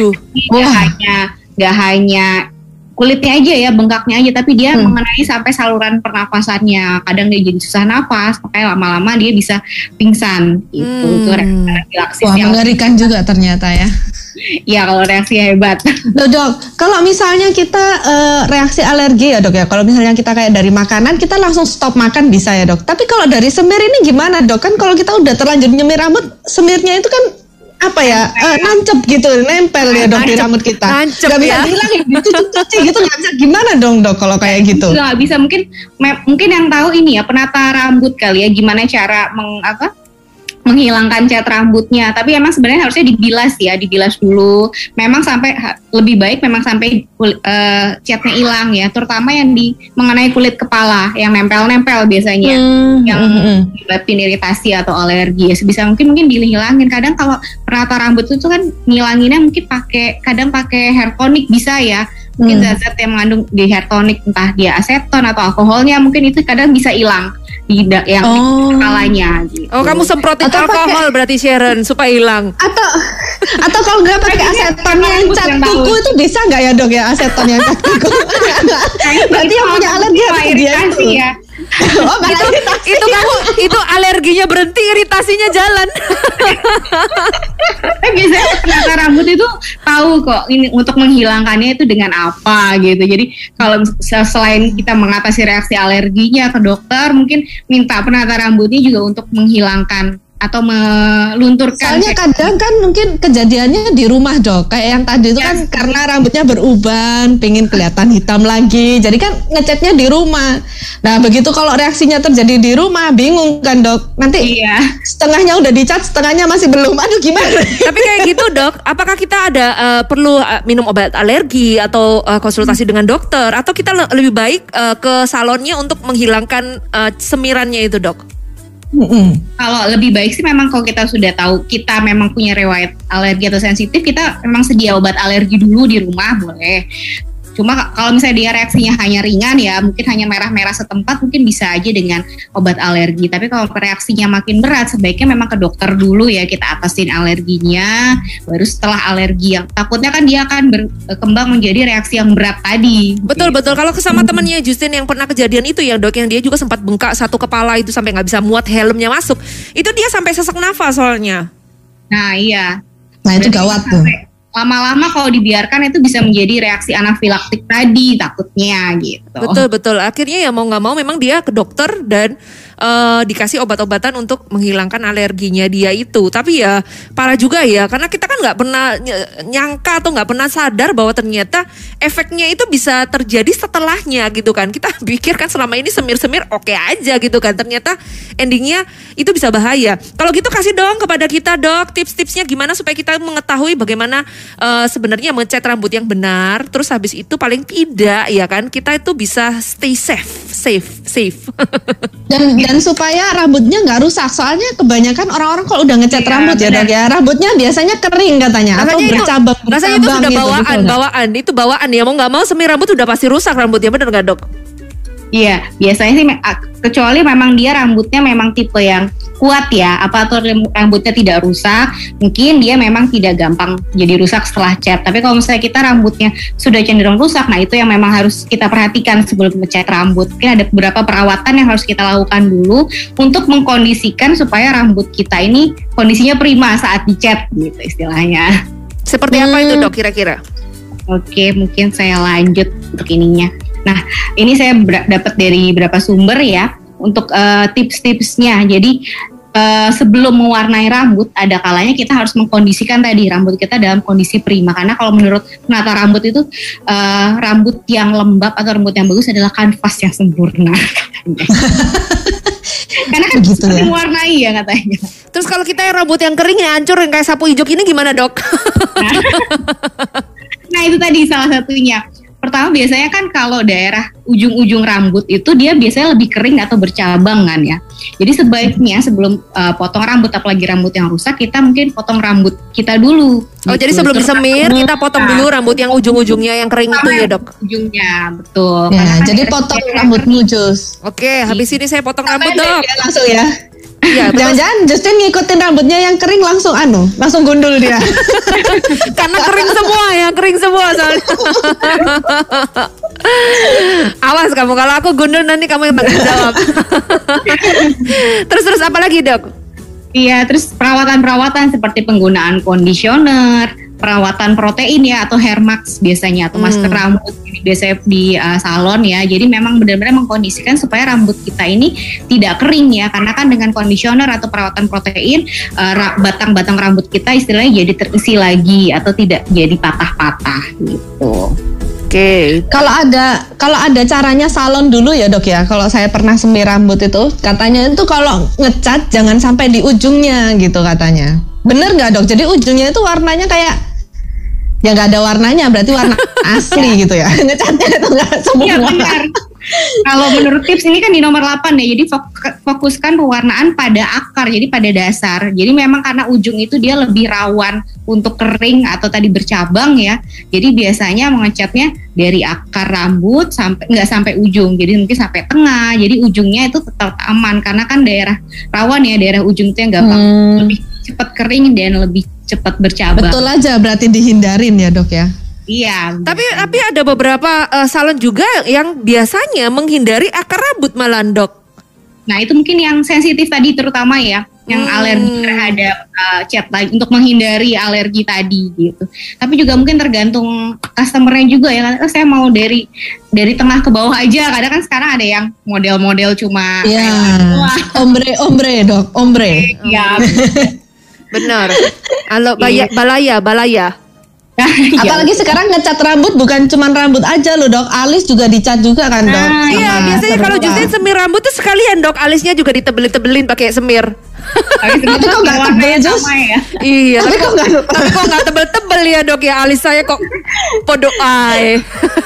Nggak hanya kulitnya aja ya, bengkaknya aja, tapi dia mengenai sampai saluran pernapasannya. Kadang dia jadi susah napas, makanya lama-lama dia bisa pingsan gitu. Itu reaksi yang mengerikan juga ternyata ya. Ya kalau reaksi hebat. Dok, kalau misalnya kita reaksi alergi ya dok ya, kalau misalnya kita kayak dari makanan kita langsung stop makan bisa ya dok. Tapi kalau dari semir ini gimana dok? Kan kalau kita udah terlanjur nyemir rambut, semirnya itu kan apa ya, nancep gitu, nempel ya dok di rambut kita. Nancep gak bisa hilang dicuci gitu, gak bisa. Gimana dong dok kalau kayak gitu? Gak bisa, mungkin yang tahu ini ya penata rambut kali ya, gimana cara menghilangkan cat rambutnya. Tapi emang sebenarnya harusnya dibilas dulu. Memang sampai lebih baik memang sampai catnya hilang ya, terutama yang mengenai kulit kepala yang nempel-nempel biasanya, yang menyebabkan iritasi atau alergi ya. Sebisa mungkin dihilangin. Kadang kalau penata rambut itu kan ngilanginnya mungkin kadang pakai hair tonic bisa ya. Mungkin zat-zat yang mengandung di hair tonic, entah dia aseton atau alkoholnya, mungkin itu kadang bisa hilang di kepalanya gitu. Oh, kamu semprotin alkohol berarti Sharon supaya hilang. Atau kalau nggak pakai aseton yang cat kuku itu bisa nggak ya dok ya, aseton yang cat kuku? Berarti yang punya alergi harus dia itu. Ya. Oh, itu alerginya berhenti, iritasinya jalan. Biasanya penata rambut itu tahu kok ini untuk menghilangkannya itu dengan apa gitu. Jadi kalau selain kita mengatasi reaksi alerginya ke dokter, mungkin minta penata rambutnya juga untuk menghilangkan atau melunturkan. Soalnya kadang kan mungkin kejadiannya di rumah dok, kayak yang tadi itu kan karena rambutnya beruban, pingin kelihatan hitam lagi, jadi kan ngecatnya di rumah. Nah begitu kalau reaksinya terjadi di rumah, bingung kan dok, nanti setengahnya udah dicat, setengahnya masih belum, aduh gimana? Tapi kayak gitu dok, apakah kita ada perlu minum obat alergi atau konsultasi dengan dokter, atau kita lebih baik ke salonnya untuk menghilangkan semirannya itu dok? Kalau lebih baik sih memang kalau kita sudah tahu kita memang punya riwayat alergi atau sensitif, kita memang sedia obat alergi dulu di rumah boleh. Cuma kalau misalnya dia reaksinya hanya ringan ya, mungkin hanya merah-merah setempat, mungkin bisa aja dengan obat alergi. Tapi kalau reaksinya makin berat, sebaiknya memang ke dokter dulu ya, kita atasin alerginya. Baru setelah alergi yang takutnya kan dia akan berkembang menjadi reaksi yang berat tadi. Betul. Kalau sama temennya Justin yang pernah kejadian itu ya dok, yang dia juga sempat bengkak satu kepala itu sampai nggak bisa muat helmnya masuk. Itu dia sampai sesak nafas soalnya. Nah iya. Nah itu gawat tuh. Lama-lama kalau dibiarkan itu bisa menjadi reaksi anafilaktik tadi takutnya gitu. Betul. Akhirnya ya mau nggak mau memang dia ke dokter dan dikasih obat-obatan untuk menghilangkan alerginya dia itu. Tapi ya parah juga ya, karena kita kan nggak pernah nyangka atau nggak pernah sadar bahwa ternyata efeknya itu bisa terjadi setelahnya gitu kan. Kita pikir kan selama ini semir-semir oke aja gitu kan, ternyata endingnya itu bisa bahaya. Kalau gitu kasih dong kepada kita dok tips-tipsnya gimana supaya kita mengetahui bagaimana sebenarnya mencat rambut yang benar. Terus habis itu paling tidak ya kan kita itu bisa stay safe. Dan supaya rambutnya nggak rusak, soalnya kebanyakan orang-orang kalau udah ngecat rambut ya dok ya, rambutnya biasanya kering katanya, atau bercabang. Rasanya itu sudah bawaan, itu bawaan ya, mau nggak mau semir rambut udah pasti rusak rambutnya, bener nggak dok? Iya, biasanya sih kecuali memang dia rambutnya memang tipe yang kuat ya, atau rambutnya tidak rusak, mungkin dia memang tidak gampang jadi rusak setelah cat. Tapi kalau misalnya kita rambutnya sudah cenderung rusak, nah itu yang memang harus kita perhatikan sebelum ngecat rambut. Mungkin ada beberapa perawatan yang harus kita lakukan dulu untuk mengkondisikan supaya rambut kita ini kondisinya prima saat dicat gitu istilahnya. Seperti apa itu dok kira-kira? Oke, mungkin saya lanjut untuk ininya. Nah, ini saya dapat dari beberapa sumber ya untuk tips-tipsnya. Jadi sebelum mewarnai rambut, ada kalanya kita harus mengkondisikan tadi rambut kita dalam kondisi prima. Karena kalau menurut penata rambut itu rambut yang lembab atau rambut yang bagus adalah kanvas yang sempurna. Karena kan gitu ya, mewarnai ya katanya. Terus kalau kita yang rambut yang kering ya hancur yang kayak sapu hijau ini gimana dok? Nah itu tadi salah satunya. Pertama biasanya kan kalau daerah ujung-ujung rambut itu dia biasanya lebih kering atau bercabang kan ya. Jadi sebaiknya sebelum potong rambut, apalagi rambut yang rusak, kita mungkin potong rambut kita dulu. Oh gitu. Jadi sebelum disemir kita potong dulu rambut yang ujung-ujungnya yang kering itu ya dok? Ujungnya, betul. Ya, jadi potong rambutmu Jus. Oke, habis ini saya potong rambut dok. Langsung ya. Iya, jangan-jangan Justin ngikutin rambutnya yang kering langsung gundul dia. Karena kering semua soalnya. Awas kamu, kalau aku gundul nanti kamu yang tanggung jawab. Terus apa lagi dok? Iya, terus perawatan seperti penggunaan conditioner, perawatan protein ya, atau hair mask biasanya, atau masker rambut biasanya di salon ya. Jadi memang benar-benar mengkondisikan supaya rambut kita ini tidak kering ya, karena kan dengan conditioner atau perawatan protein batang-batang rambut kita istilahnya jadi terisi lagi atau tidak jadi patah-patah gitu. Oke. Kalau ada caranya salon dulu ya dok ya. Kalau saya pernah semir rambut itu katanya itu kalau ngecat jangan sampai di ujungnya gitu katanya. Bener nggak dok? Jadi ujungnya itu warnanya kayak ya nggak ada warnanya, berarti warna asli gitu ya. Ngecatnya itu nggak semua. Iya benar. Kalau menurut tips ini kan di nomor 8 ya, jadi fokuskan pewarnaan pada akar, jadi pada dasar. Jadi memang karena ujung itu dia lebih rawan untuk kering atau tadi bercabang ya. Jadi biasanya mengecatnya dari akar rambut nggak sampai ujung, jadi mungkin sampai tengah. Jadi ujungnya itu tetap aman karena kan daerah rawan ya, daerah ujung itu yang gampang lebih cepat kering dan lebih cepat bercabang. Betul aja, berarti dihindarin ya dok ya. Iya. Tapi ada beberapa salon juga yang biasanya menghindari akar rambut malah dok. Nah itu mungkin yang sensitif tadi terutama ya. yang alergi terhadap cat lagi untuk menghindari alergi tadi gitu. Tapi juga mungkin tergantung customernya juga ya. Saya mau dari tengah ke bawah aja. Kadang kan sekarang ada yang model-model cuma ombre dok, ombre. Iya. Benar. Halo balaya. Apalagi sekarang ngecat rambut bukan cuma rambut aja loh dok, alis juga dicat juga kan dok. Iya, biasanya kalau Justin semir rambut tuh sekalian dok, alisnya juga ditebelin pakai semir. Tapi kok nggak tebel Jus? Ya? Iya, tapi kok nggak tebel ya dok ya, alis saya kok podo ay.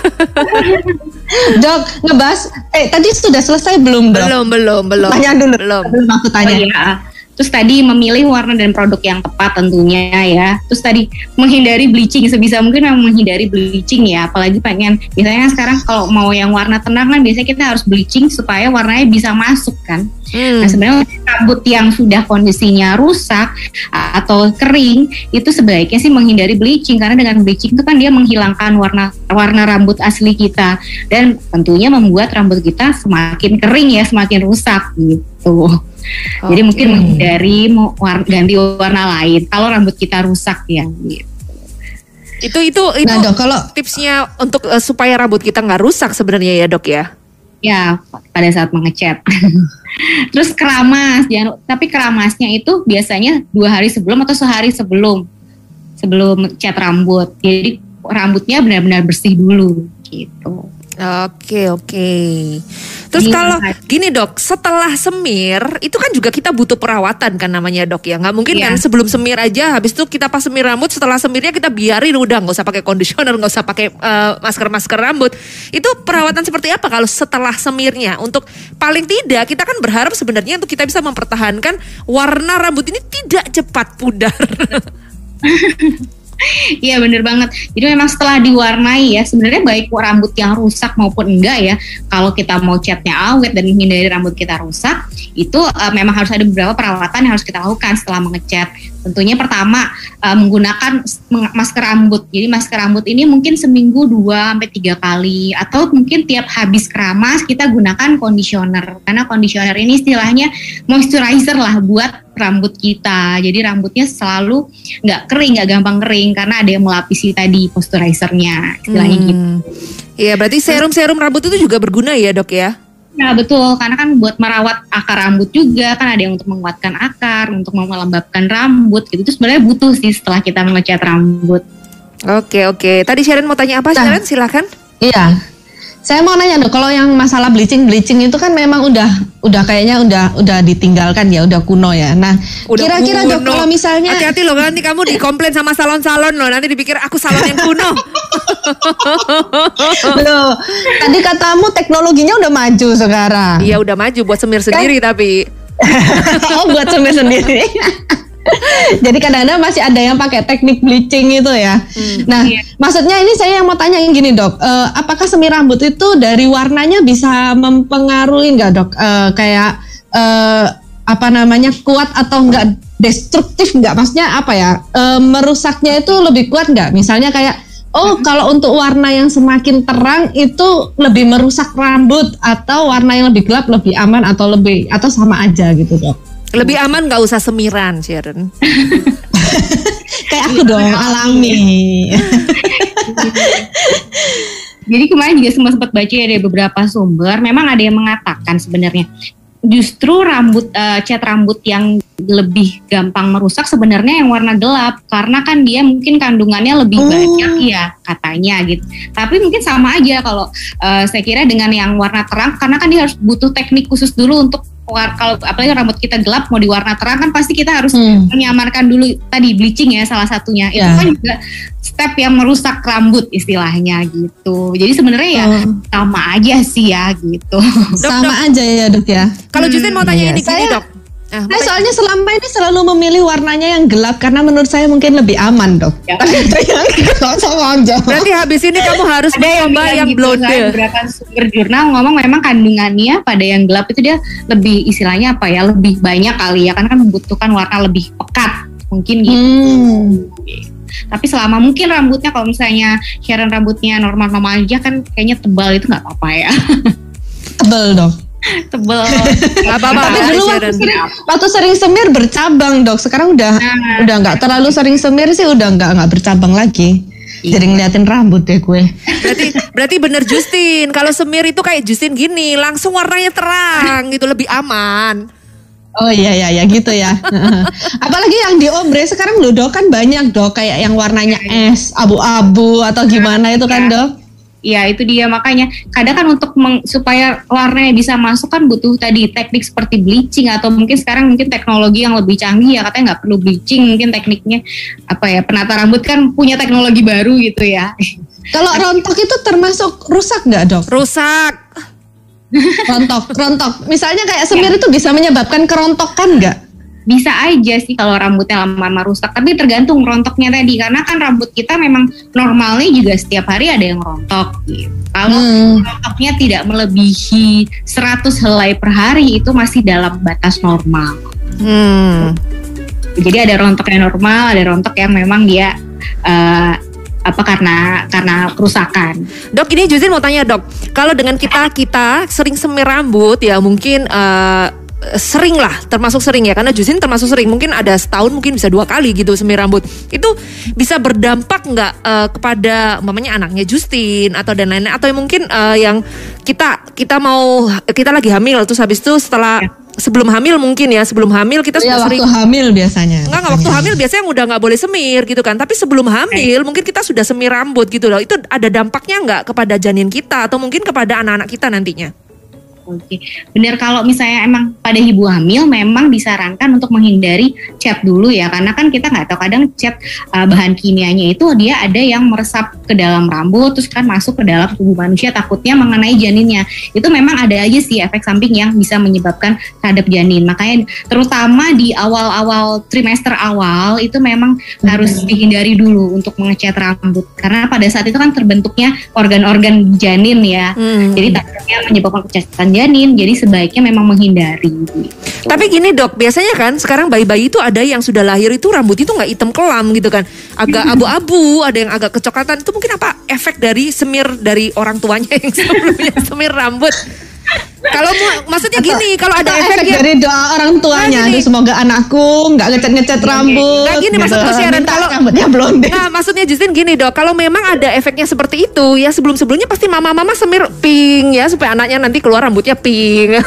Dok, ngebahas, tadi sudah selesai belum dok? Belum. Tanya dulu. Belum aku tanya. Oh, iya. Terus tadi memilih warna dan produk yang tepat tentunya ya. Terus tadi menghindari bleaching, sebisa mungkin memang menghindari bleaching ya. Apalagi biasanya sekarang kalau mau yang warna tenang kan biasanya kita harus bleaching supaya warnanya bisa masuk kan. Nah sebenarnya rambut yang sudah kondisinya rusak atau kering itu sebaiknya sih menghindari bleaching, karena dengan bleaching itu kan dia menghilangkan warna rambut asli kita dan tentunya membuat rambut kita semakin kering ya, semakin rusak gitu. Jadi mungkin menghindari ganti warna lain kalau rambut kita rusak ya gitu. Itu nah, dok, kalau tipsnya untuk supaya rambut kita nggak rusak sebenarnya ya dok ya. Ya pada saat mengecat. Terus keramas, tapi keramasnya itu biasanya 2 hari sebelum atau sehari sebelum cat rambut. Jadi rambutnya benar-benar bersih dulu gitu. Oke. Terus kalau gini dok, setelah semir itu kan juga kita butuh perawatan kan namanya dok ya. Nggak mungkin kan sebelum semir aja, habis itu kita pas semir rambut, setelah semirnya kita biarin udah, nggak usah pakai conditioner, nggak usah pakai masker rambut. Itu perawatan seperti apa kalau setelah semirnya? Untuk paling tidak kita kan berharap sebenarnya untuk kita bisa mempertahankan warna rambut ini tidak cepat pudar. Iya bener banget. Jadi memang setelah diwarnai ya, sebenarnya baik rambut yang rusak maupun enggak ya, kalau kita mau catnya awet dan menghindari rambut kita rusak, itu memang harus ada beberapa perawatan yang harus kita lakukan setelah mengecat. Tentunya pertama menggunakan masker rambut. Jadi masker rambut ini mungkin seminggu 2-3 kali, atau mungkin tiap habis keramas kita gunakan conditioner, karena conditioner ini istilahnya moisturizer lah buat rambut kita. Jadi rambutnya selalu nggak kering, nggak gampang kering karena ada yang melapisi tadi moisturizernya, istilahnya gitu. Iya, berarti serum rambut itu juga berguna ya dok ya? Nah betul, karena kan buat merawat akar rambut juga, kan ada yang untuk menguatkan akar, untuk melembabkan rambut gitu. Itu sebenarnya butuh sih setelah kita mengecat rambut. Oke. Tadi Sharon mau tanya apa? Sharon silakan. Iya. Saya mau nanya dok, kalau yang masalah bleaching itu kan memang udah kayaknya udah ditinggalkan ya, udah kuno ya. Nah, kira-kira dok kalau misalnya hati-hati loh, nanti kamu dikomplain sama salon-salon loh, nanti dipikir aku salon yang kuno. Loh, tadi katamu teknologinya udah maju sekarang. Iya udah maju buat semir sendiri kan? Tapi oh buat semir sendiri. Jadi kadang-kadang masih ada yang pakai teknik bleaching itu ya. Nah, maksudnya ini saya yang mau tanya yang gini dok, apakah semir rambut itu dari warnanya bisa mempengaruhi nggak dok? Kayak kuat atau nggak, destruktif nggak? Maksudnya apa ya? Merusaknya itu lebih kuat nggak? Misalnya kayak kalau untuk warna yang semakin terang itu lebih merusak rambut, atau warna yang lebih gelap lebih aman, atau sama aja gitu dok? Lebih aman nggak usah semiran, Sharon. Kayak aku dong, alami. Jadi kemarin juga sempat baca ada beberapa sumber, memang ada yang mengatakan sebenarnya justru cat rambut yang lebih gampang merusak sebenarnya yang warna gelap, karena kan dia mungkin kandungannya lebih banyak ya katanya gitu. Tapi mungkin sama aja kalau saya kira dengan yang warna terang, karena kan dia harus butuh teknik khusus dulu untuk kalau apalagi rambut kita gelap mau diwarna terang kan pasti kita harus menyamarkan dulu tadi bleaching ya salah satunya. Itu kan juga step yang merusak rambut istilahnya gitu. Jadi sebenarnya ya sama aja sih ya gitu. Sama aja ya dok ya. Kalau Justin mau tanya ini gini dok. Saya soalnya selama ini selalu memilih warnanya yang gelap karena menurut saya mungkin lebih aman dok. Tapi itu yang gelap sama aja. Berarti habis ini kamu harus mencoba yang blonde. Kan, beberapa sumber jurnal ngomong memang kandungannya pada yang gelap itu dia lebih istilahnya apa ya, lebih banyak kali ya, karena kan membutuhkan warna lebih pekat mungkin gitu. Tapi selama mungkin rambutnya, kalau misalnya Sharon rambutnya normal-normal aja kan kayaknya tebal, itu nggak apa-apa ya. Tebal dok. tebel. Tapi dulu waktu sering semir bercabang dok. Sekarang udah nggak terlalu sering semir sih, udah nggak bercabang lagi. Jadi ngeliatin rambut deh gue. Berarti bener Justin. Kalau semir itu kayak Justin gini, langsung warnanya terang gitu, lebih aman. Oh iya gitu ya. Apalagi yang di ombre sekarang loh dok, kan banyak dok kayak yang warnanya es, abu-abu atau gimana itu kan dok. Ya itu dia, makanya kadang kan untuk supaya warnanya bisa masuk kan butuh tadi teknik seperti bleaching, atau mungkin sekarang mungkin teknologi yang lebih canggih ya, katanya nggak perlu bleaching, mungkin tekniknya penata rambut kan punya teknologi baru gitu ya. Kalau rontok itu termasuk rusak nggak dok? Rusak. Rontok. Misalnya kayak semir itu bisa menyebabkan kerontokan nggak? Bisa aja sih kalau rambutnya lama-lama rusak, tapi tergantung rontoknya tadi, karena kan rambut kita memang normalnya juga setiap hari ada yang rontok gitu. Kalau rontoknya tidak melebihi 100 helai per hari itu masih dalam batas normal. Jadi ada rontok yang normal, ada rontok yang memang dia karena kerusakan. Dok, ini Justin mau tanya dok, kalau dengan kita sering semir rambut ya mungkin sering lah, termasuk sering ya, karena Justin termasuk sering, mungkin ada setahun mungkin bisa 2 kali gitu semir rambut. Itu bisa berdampak nggak kepada mamanya anaknya Justin atau dan lain-lain, atau mungkin yang kita lagi hamil terus habis itu sebelum hamil mungkin ya, sebelum hamil kita sudah sering. Waktu hamil biasanya. Enggak, waktu hamil biasanya udah nggak boleh semir gitu kan, tapi sebelum hamil mungkin kita sudah semir rambut gitu loh. Itu ada dampaknya nggak kepada janin kita atau mungkin kepada anak-anak kita nantinya? Oke, benar, kalau misalnya emang pada ibu hamil memang disarankan untuk menghindari cat dulu ya, karena kan kita nggak tahu kadang cat bahan kimianya itu dia ada yang meresap ke dalam rambut terus kan masuk ke dalam tubuh manusia, takutnya mengenai janinnya. Itu memang ada aja sih efek samping yang bisa menyebabkan terhadap janin. Makanya terutama di awal-awal trimester awal itu memang harus dihindari dulu untuk mengecat rambut, karena pada saat itu kan terbentuknya organ-organ janin ya. Jadi takutnya menyebabkan kecacatan janin, jadi sebaiknya memang menghindari. Tapi gini dok, biasanya kan sekarang bayi-bayi itu ada yang sudah lahir itu rambut itu nggak hitam kelam gitu kan, agak abu-abu, ada yang agak kecoklatan. Itu mungkin apa efek dari semir dari orang tuanya yang sebelumnya semir rambut? Kalau maksudnya gini, kalau ada efek dari doa orang tuanya, semoga anakku nggak ngecat rambut. Nah gini gitu. Maksudnya Sharon, kalau rambutnya blonde. Nah maksudnya Justin gini dok, kalau memang ada efeknya seperti itu ya, sebelumnya pasti mama semir pink ya supaya anaknya nanti keluar rambutnya pink.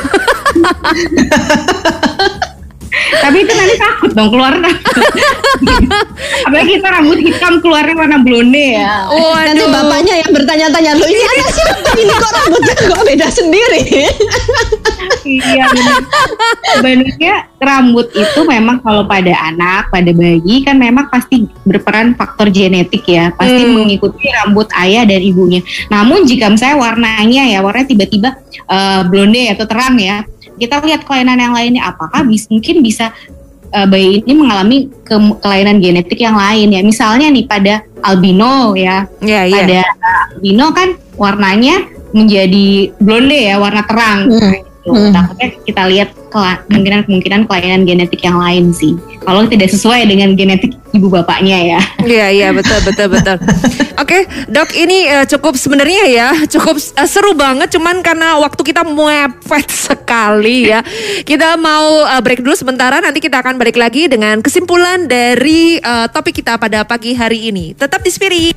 Tapi itu nanti takut dong keluar. Apalagi kita rambut hitam keluarnya warna blonde ya. Nanti bapaknya yang bertanya-tanya, loh ini anak siapa ini kok rambutnya kok beda sendiri. Iya benar. Sebenarnya rambut itu memang kalau pada anak, pada bayi kan memang pasti berperan faktor genetik ya. Pasti mengikuti rambut ayah dan ibunya. Namun jika misalnya warnanya tiba-tiba blonde atau terang ya, kita lihat kelainan yang lainnya, apakah mungkin bisa bayi ini mengalami kelainan genetik yang lain ya. Misalnya nih pada albino ya. Pada albino kan warnanya menjadi blonde ya, warna terang. Takutnya kita lihat kemungkinan kelainan genetik yang lain sih, kalau tidak sesuai dengan genetik ibu bapaknya ya. Iya betul. Oke dok, ini cukup sebenarnya ya cukup seru banget, cuman karena waktu kita mepet sekali ya, kita mau break dulu sementara, nanti kita akan balik lagi dengan kesimpulan dari topik kita pada pagi hari ini. Tetap di Spirit.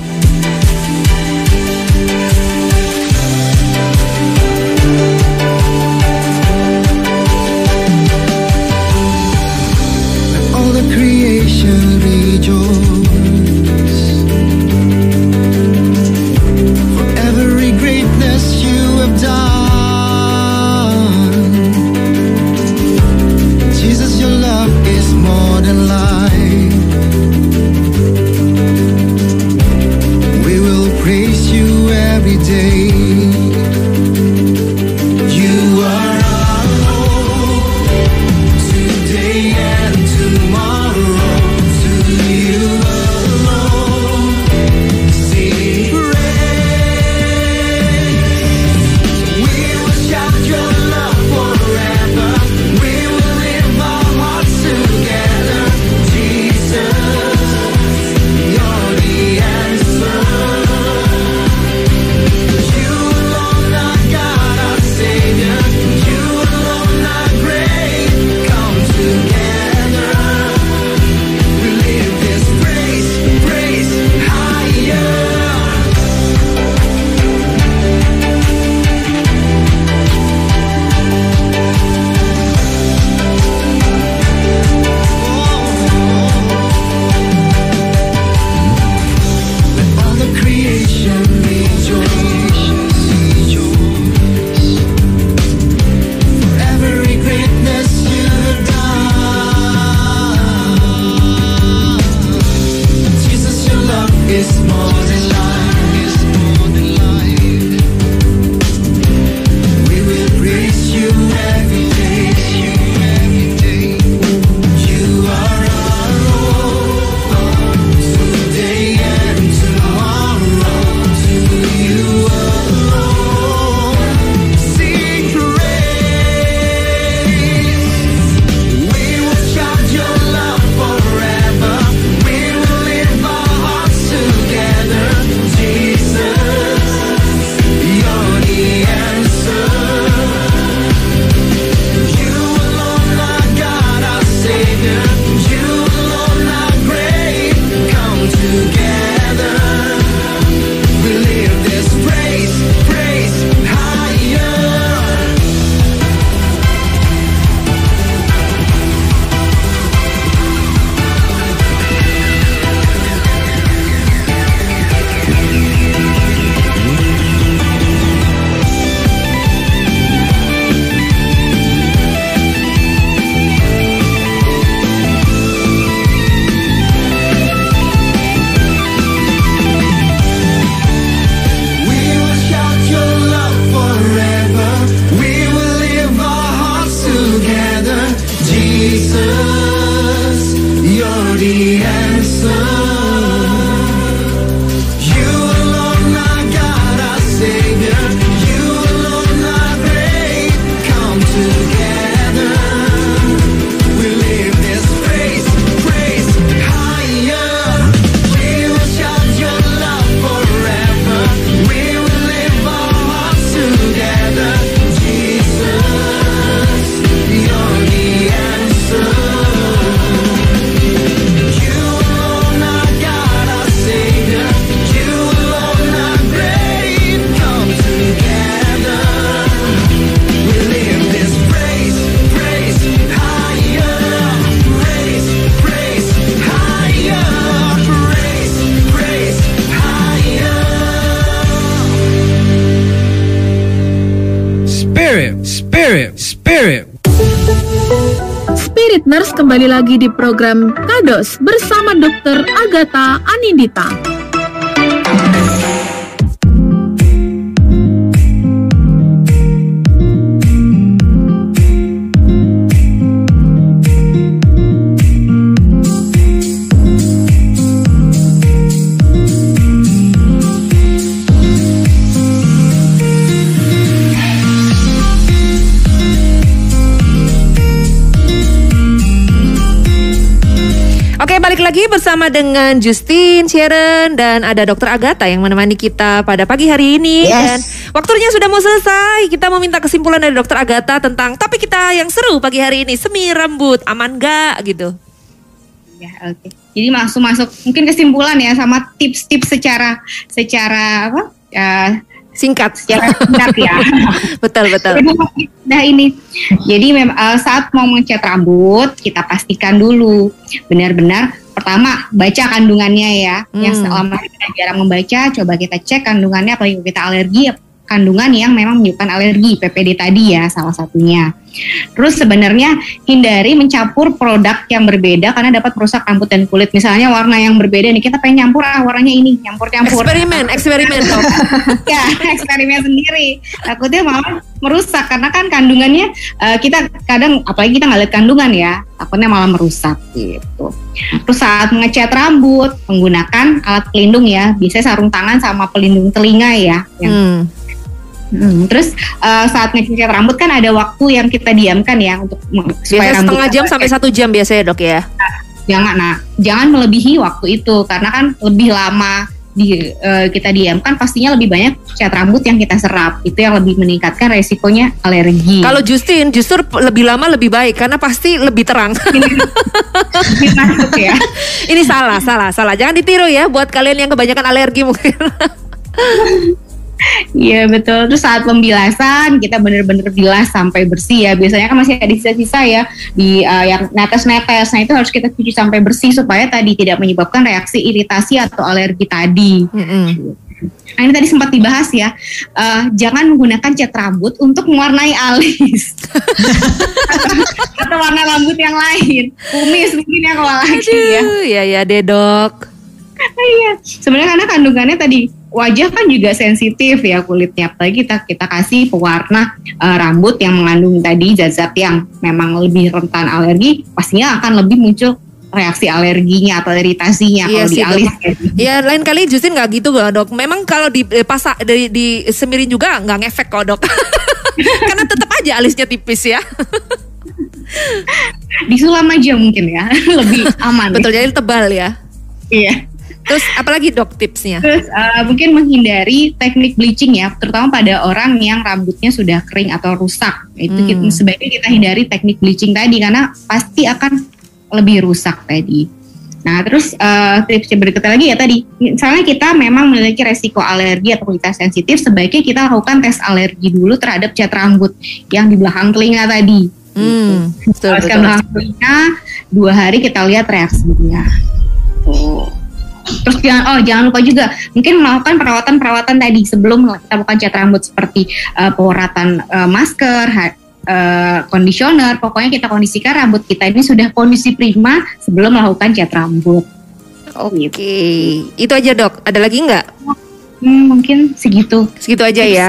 Creation rejoice for every greatness you have done. Jesus, your love is more than life. Spirit Nurse kembali lagi di program Kados bersama Dr. Agatha Anindita. Oke, balik lagi bersama dengan Justin, Sharon, dan ada Dr. Agatha yang menemani kita pada pagi hari ini. Yes. Dan waktunya sudah mau selesai. Kita mau minta kesimpulan dari Dr. Agatha tentang topik kita yang seru pagi hari ini. Semi rambut, aman gak gitu? Ya, oke. Jadi langsung masuk mungkin kesimpulan ya sama tips-tips secara apa? Singkat. Secara singkat ya. Betul. Nah ini, jadi saat mau mengecat rambut kita pastikan dulu benar-benar pertama baca kandungannya ya. Yang selama kita jarang membaca, coba kita cek kandungannya, apalagi kita alergi, kandungan yang memang menyebabkan alergi, PPD tadi ya salah satunya. Terus sebenarnya hindari mencampur produk yang berbeda karena dapat merusak rambut dan kulit. Misalnya warna yang berbeda nih, kita pengen nyampur warnanya ini, nyampur. Eksperimen dong. Ya, eksperimen sendiri. Takutnya malah merusak karena kan kandungannya kita kadang apalagi kita nggak lihat kandungan ya, takutnya malah merusak gitu. Terus saat mengecat rambut menggunakan alat pelindung ya, biasanya sarung tangan sama pelindung telinga ya. Terus saat ngecat rambut kan ada waktu yang kita diamkan ya untuk supaya rambut setengah jam sampai 1 jam biasanya dok ya. Jangan melebihi waktu itu karena kan lebih lama kita diamkan pastinya lebih banyak cat rambut yang kita serap, itu yang lebih meningkatkan resikonya alergi. Kalau Justin justru lebih lama lebih baik karena pasti lebih terang. Masuk ya. Ini salah. Jangan ditiru ya buat kalian yang kebanyakan alergi mungkin. Iya betul. Terus saat pembilasan kita benar-benar bilas sampai bersih ya. Biasanya kan masih ada sisa-sisa ya di yang netes-netes. Nah itu harus kita cuci sampai bersih supaya tadi tidak menyebabkan reaksi iritasi atau alergi tadi. Nah, ini tadi sempat dibahas ya. Jangan menggunakan cat rambut untuk mewarnai alis atau warna rambut yang lain. Kumis mungkin yang lagi ya. Ya deh dok. Iya. Sebenarnya karena kandungannya tadi wajah kan juga sensitif ya kulitnya, apalagi kita kasih pewarna rambut yang mengandung tadi zat-zat yang memang lebih rentan alergi, pastinya akan lebih muncul reaksi alerginya atau iritasinya kalau di alis. Ya lain kali Justin nggak gitu loh dok. Memang kalau di semirin juga nggak ngefek kok dok. Karena tetap aja alisnya tipis ya. Disulam aja mungkin ya, lebih aman. Betul, jadi tebal ya. Iya. Terus apalagi dok tipsnya? Terus mungkin menghindari teknik bleaching ya, terutama pada orang yang rambutnya sudah kering atau rusak. Itu sebaiknya kita hindari teknik bleaching tadi karena pasti akan lebih rusak tadi. Nah terus tips yang berikutnya lagi ya tadi, misalnya kita memang memiliki resiko alergi atau kulit sensitif, sebaiknya kita lakukan tes alergi dulu terhadap cat rambut yang di belakang telinga tadi. Betul. Belakang telinga 2 hari kita lihat reaksinya. Terus jangan lupa juga mungkin melakukan perawatan tadi sebelum kita melakukan cat rambut seperti pewarnaan masker, conditioner. Pokoknya kita kondisikan rambut kita ini sudah kondisi prima sebelum melakukan cat rambut. Oke. Itu aja dok. Ada lagi nggak? Mungkin segitu aja ya.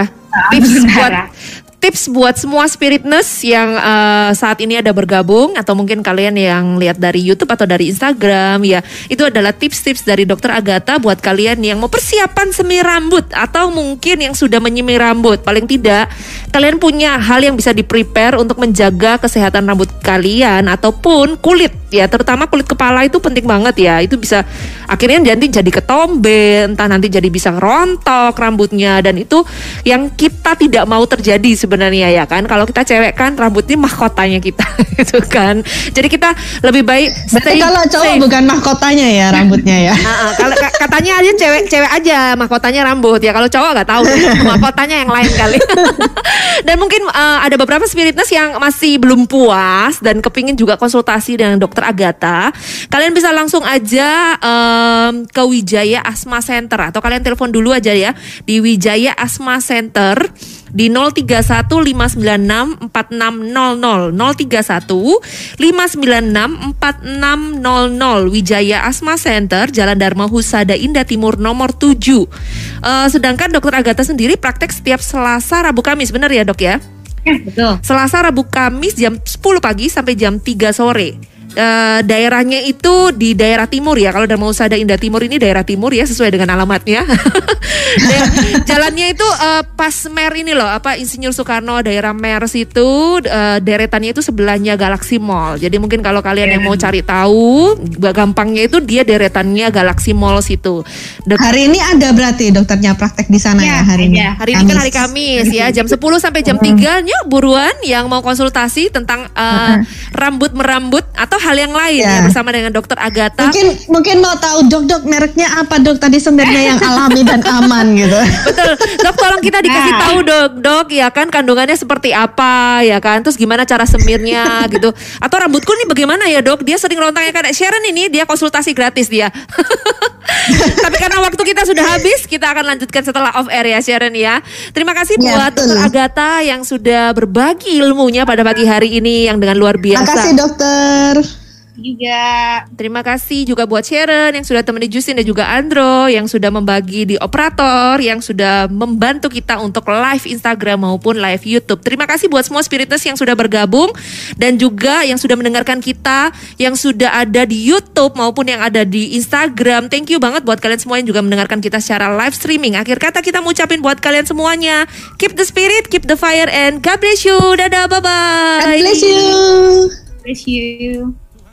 Tips buat semua Spirit Nurse yang saat ini ada bergabung atau mungkin kalian yang lihat dari YouTube atau dari Instagram ya, itu adalah tips-tips dari Dr. Agatha buat kalian yang mau persiapan semi rambut atau mungkin yang sudah menyemir rambut. Paling tidak kalian punya hal yang bisa di-prepare untuk menjaga kesehatan rambut kalian ataupun kulit ya, terutama kulit kepala itu penting banget ya. Itu bisa akhirnya jadi ketombe, entah nanti jadi bisa rontok rambutnya, dan itu yang kita tidak mau terjadi sebenarnya ya kan. Kalau kita cewek kan rambutnya mahkotanya kita gitu kan. Jadi kita lebih baik stay kalau cowok safe. Bukan mahkotanya ya rambutnya ya. Kalau katanya aja cewek aja mahkotanya rambut ya. Kalau cowok nggak tahu mahkotanya yang lain kali. Dan mungkin ada beberapa Spirit Nurse yang masih belum puas dan kepingin juga konsultasi dengan Dr. Agatha. Kalian bisa langsung aja ke Wijaya Asma Center atau kalian telepon dulu aja ya di Wijaya Asma Center di 031-596-4600. 031-596-4600 Wijaya Asma Center, Jalan Dharma Husada Indah Timur nomor 7. Sedangkan Dokter Agatha sendiri praktek setiap Selasa, Rabu, Kamis, benar ya dok ya? Ya, betul. Selasa, Rabu, Kamis jam 10 pagi sampai jam 3 sore. Daerahnya itu di daerah timur ya. Kalau Dharma Husada Indah Timur ini daerah timur ya, sesuai dengan alamatnya. Jalannya itu pas Mer ini loh, Insinyur Soekarno, daerah Mer situ, deretannya itu sebelahnya Galaxy Mall. Jadi mungkin kalau kalian yang mau cari tahu, gampangnya itu dia deretannya Galaxy Mall situ. Hari ini ada berarti dokternya praktek di sana ya hari ini. Hari ini kan hari Kamis ya, jam 10 sampai jam 3 nya buruan yang mau konsultasi tentang rambut merambut atau hal yang lain ya bersama dengan Dokter Agatha. Mungkin mau tahu dok mereknya apa dok, tadi sebenarnya yang alami dan aman gitu. Betul. Dok, tolong kita dikasih tahu dok ya kan, kandungannya seperti apa ya kan, terus gimana cara semirnya gitu. Atau rambutku nih bagaimana ya dok, dia sering rontangnya kayak Sharon ini, dia konsultasi gratis dia. Tapi karena waktu kita sudah habis, kita akan lanjutkan setelah off air ya Sharon ya. Terima kasih buat Dokter Agatha yang sudah berbagi ilmunya pada pagi hari ini yang dengan luar biasa. Terima kasih dokter. Juga. Terima kasih juga buat Sharon yang sudah temani Justin dan juga Andro yang sudah membagi di operator, yang sudah membantu kita untuk live Instagram maupun live YouTube. Terima kasih buat semua Spiritness yang sudah bergabung dan juga yang sudah mendengarkan kita, yang sudah ada di YouTube maupun yang ada di Instagram. Thank you banget buat kalian semua yang juga mendengarkan kita secara live streaming. Akhir kata kita ngucapin buat kalian semuanya, keep the spirit, keep the fire, and God bless you. Dadah, bye-bye. God bless you. Bless you.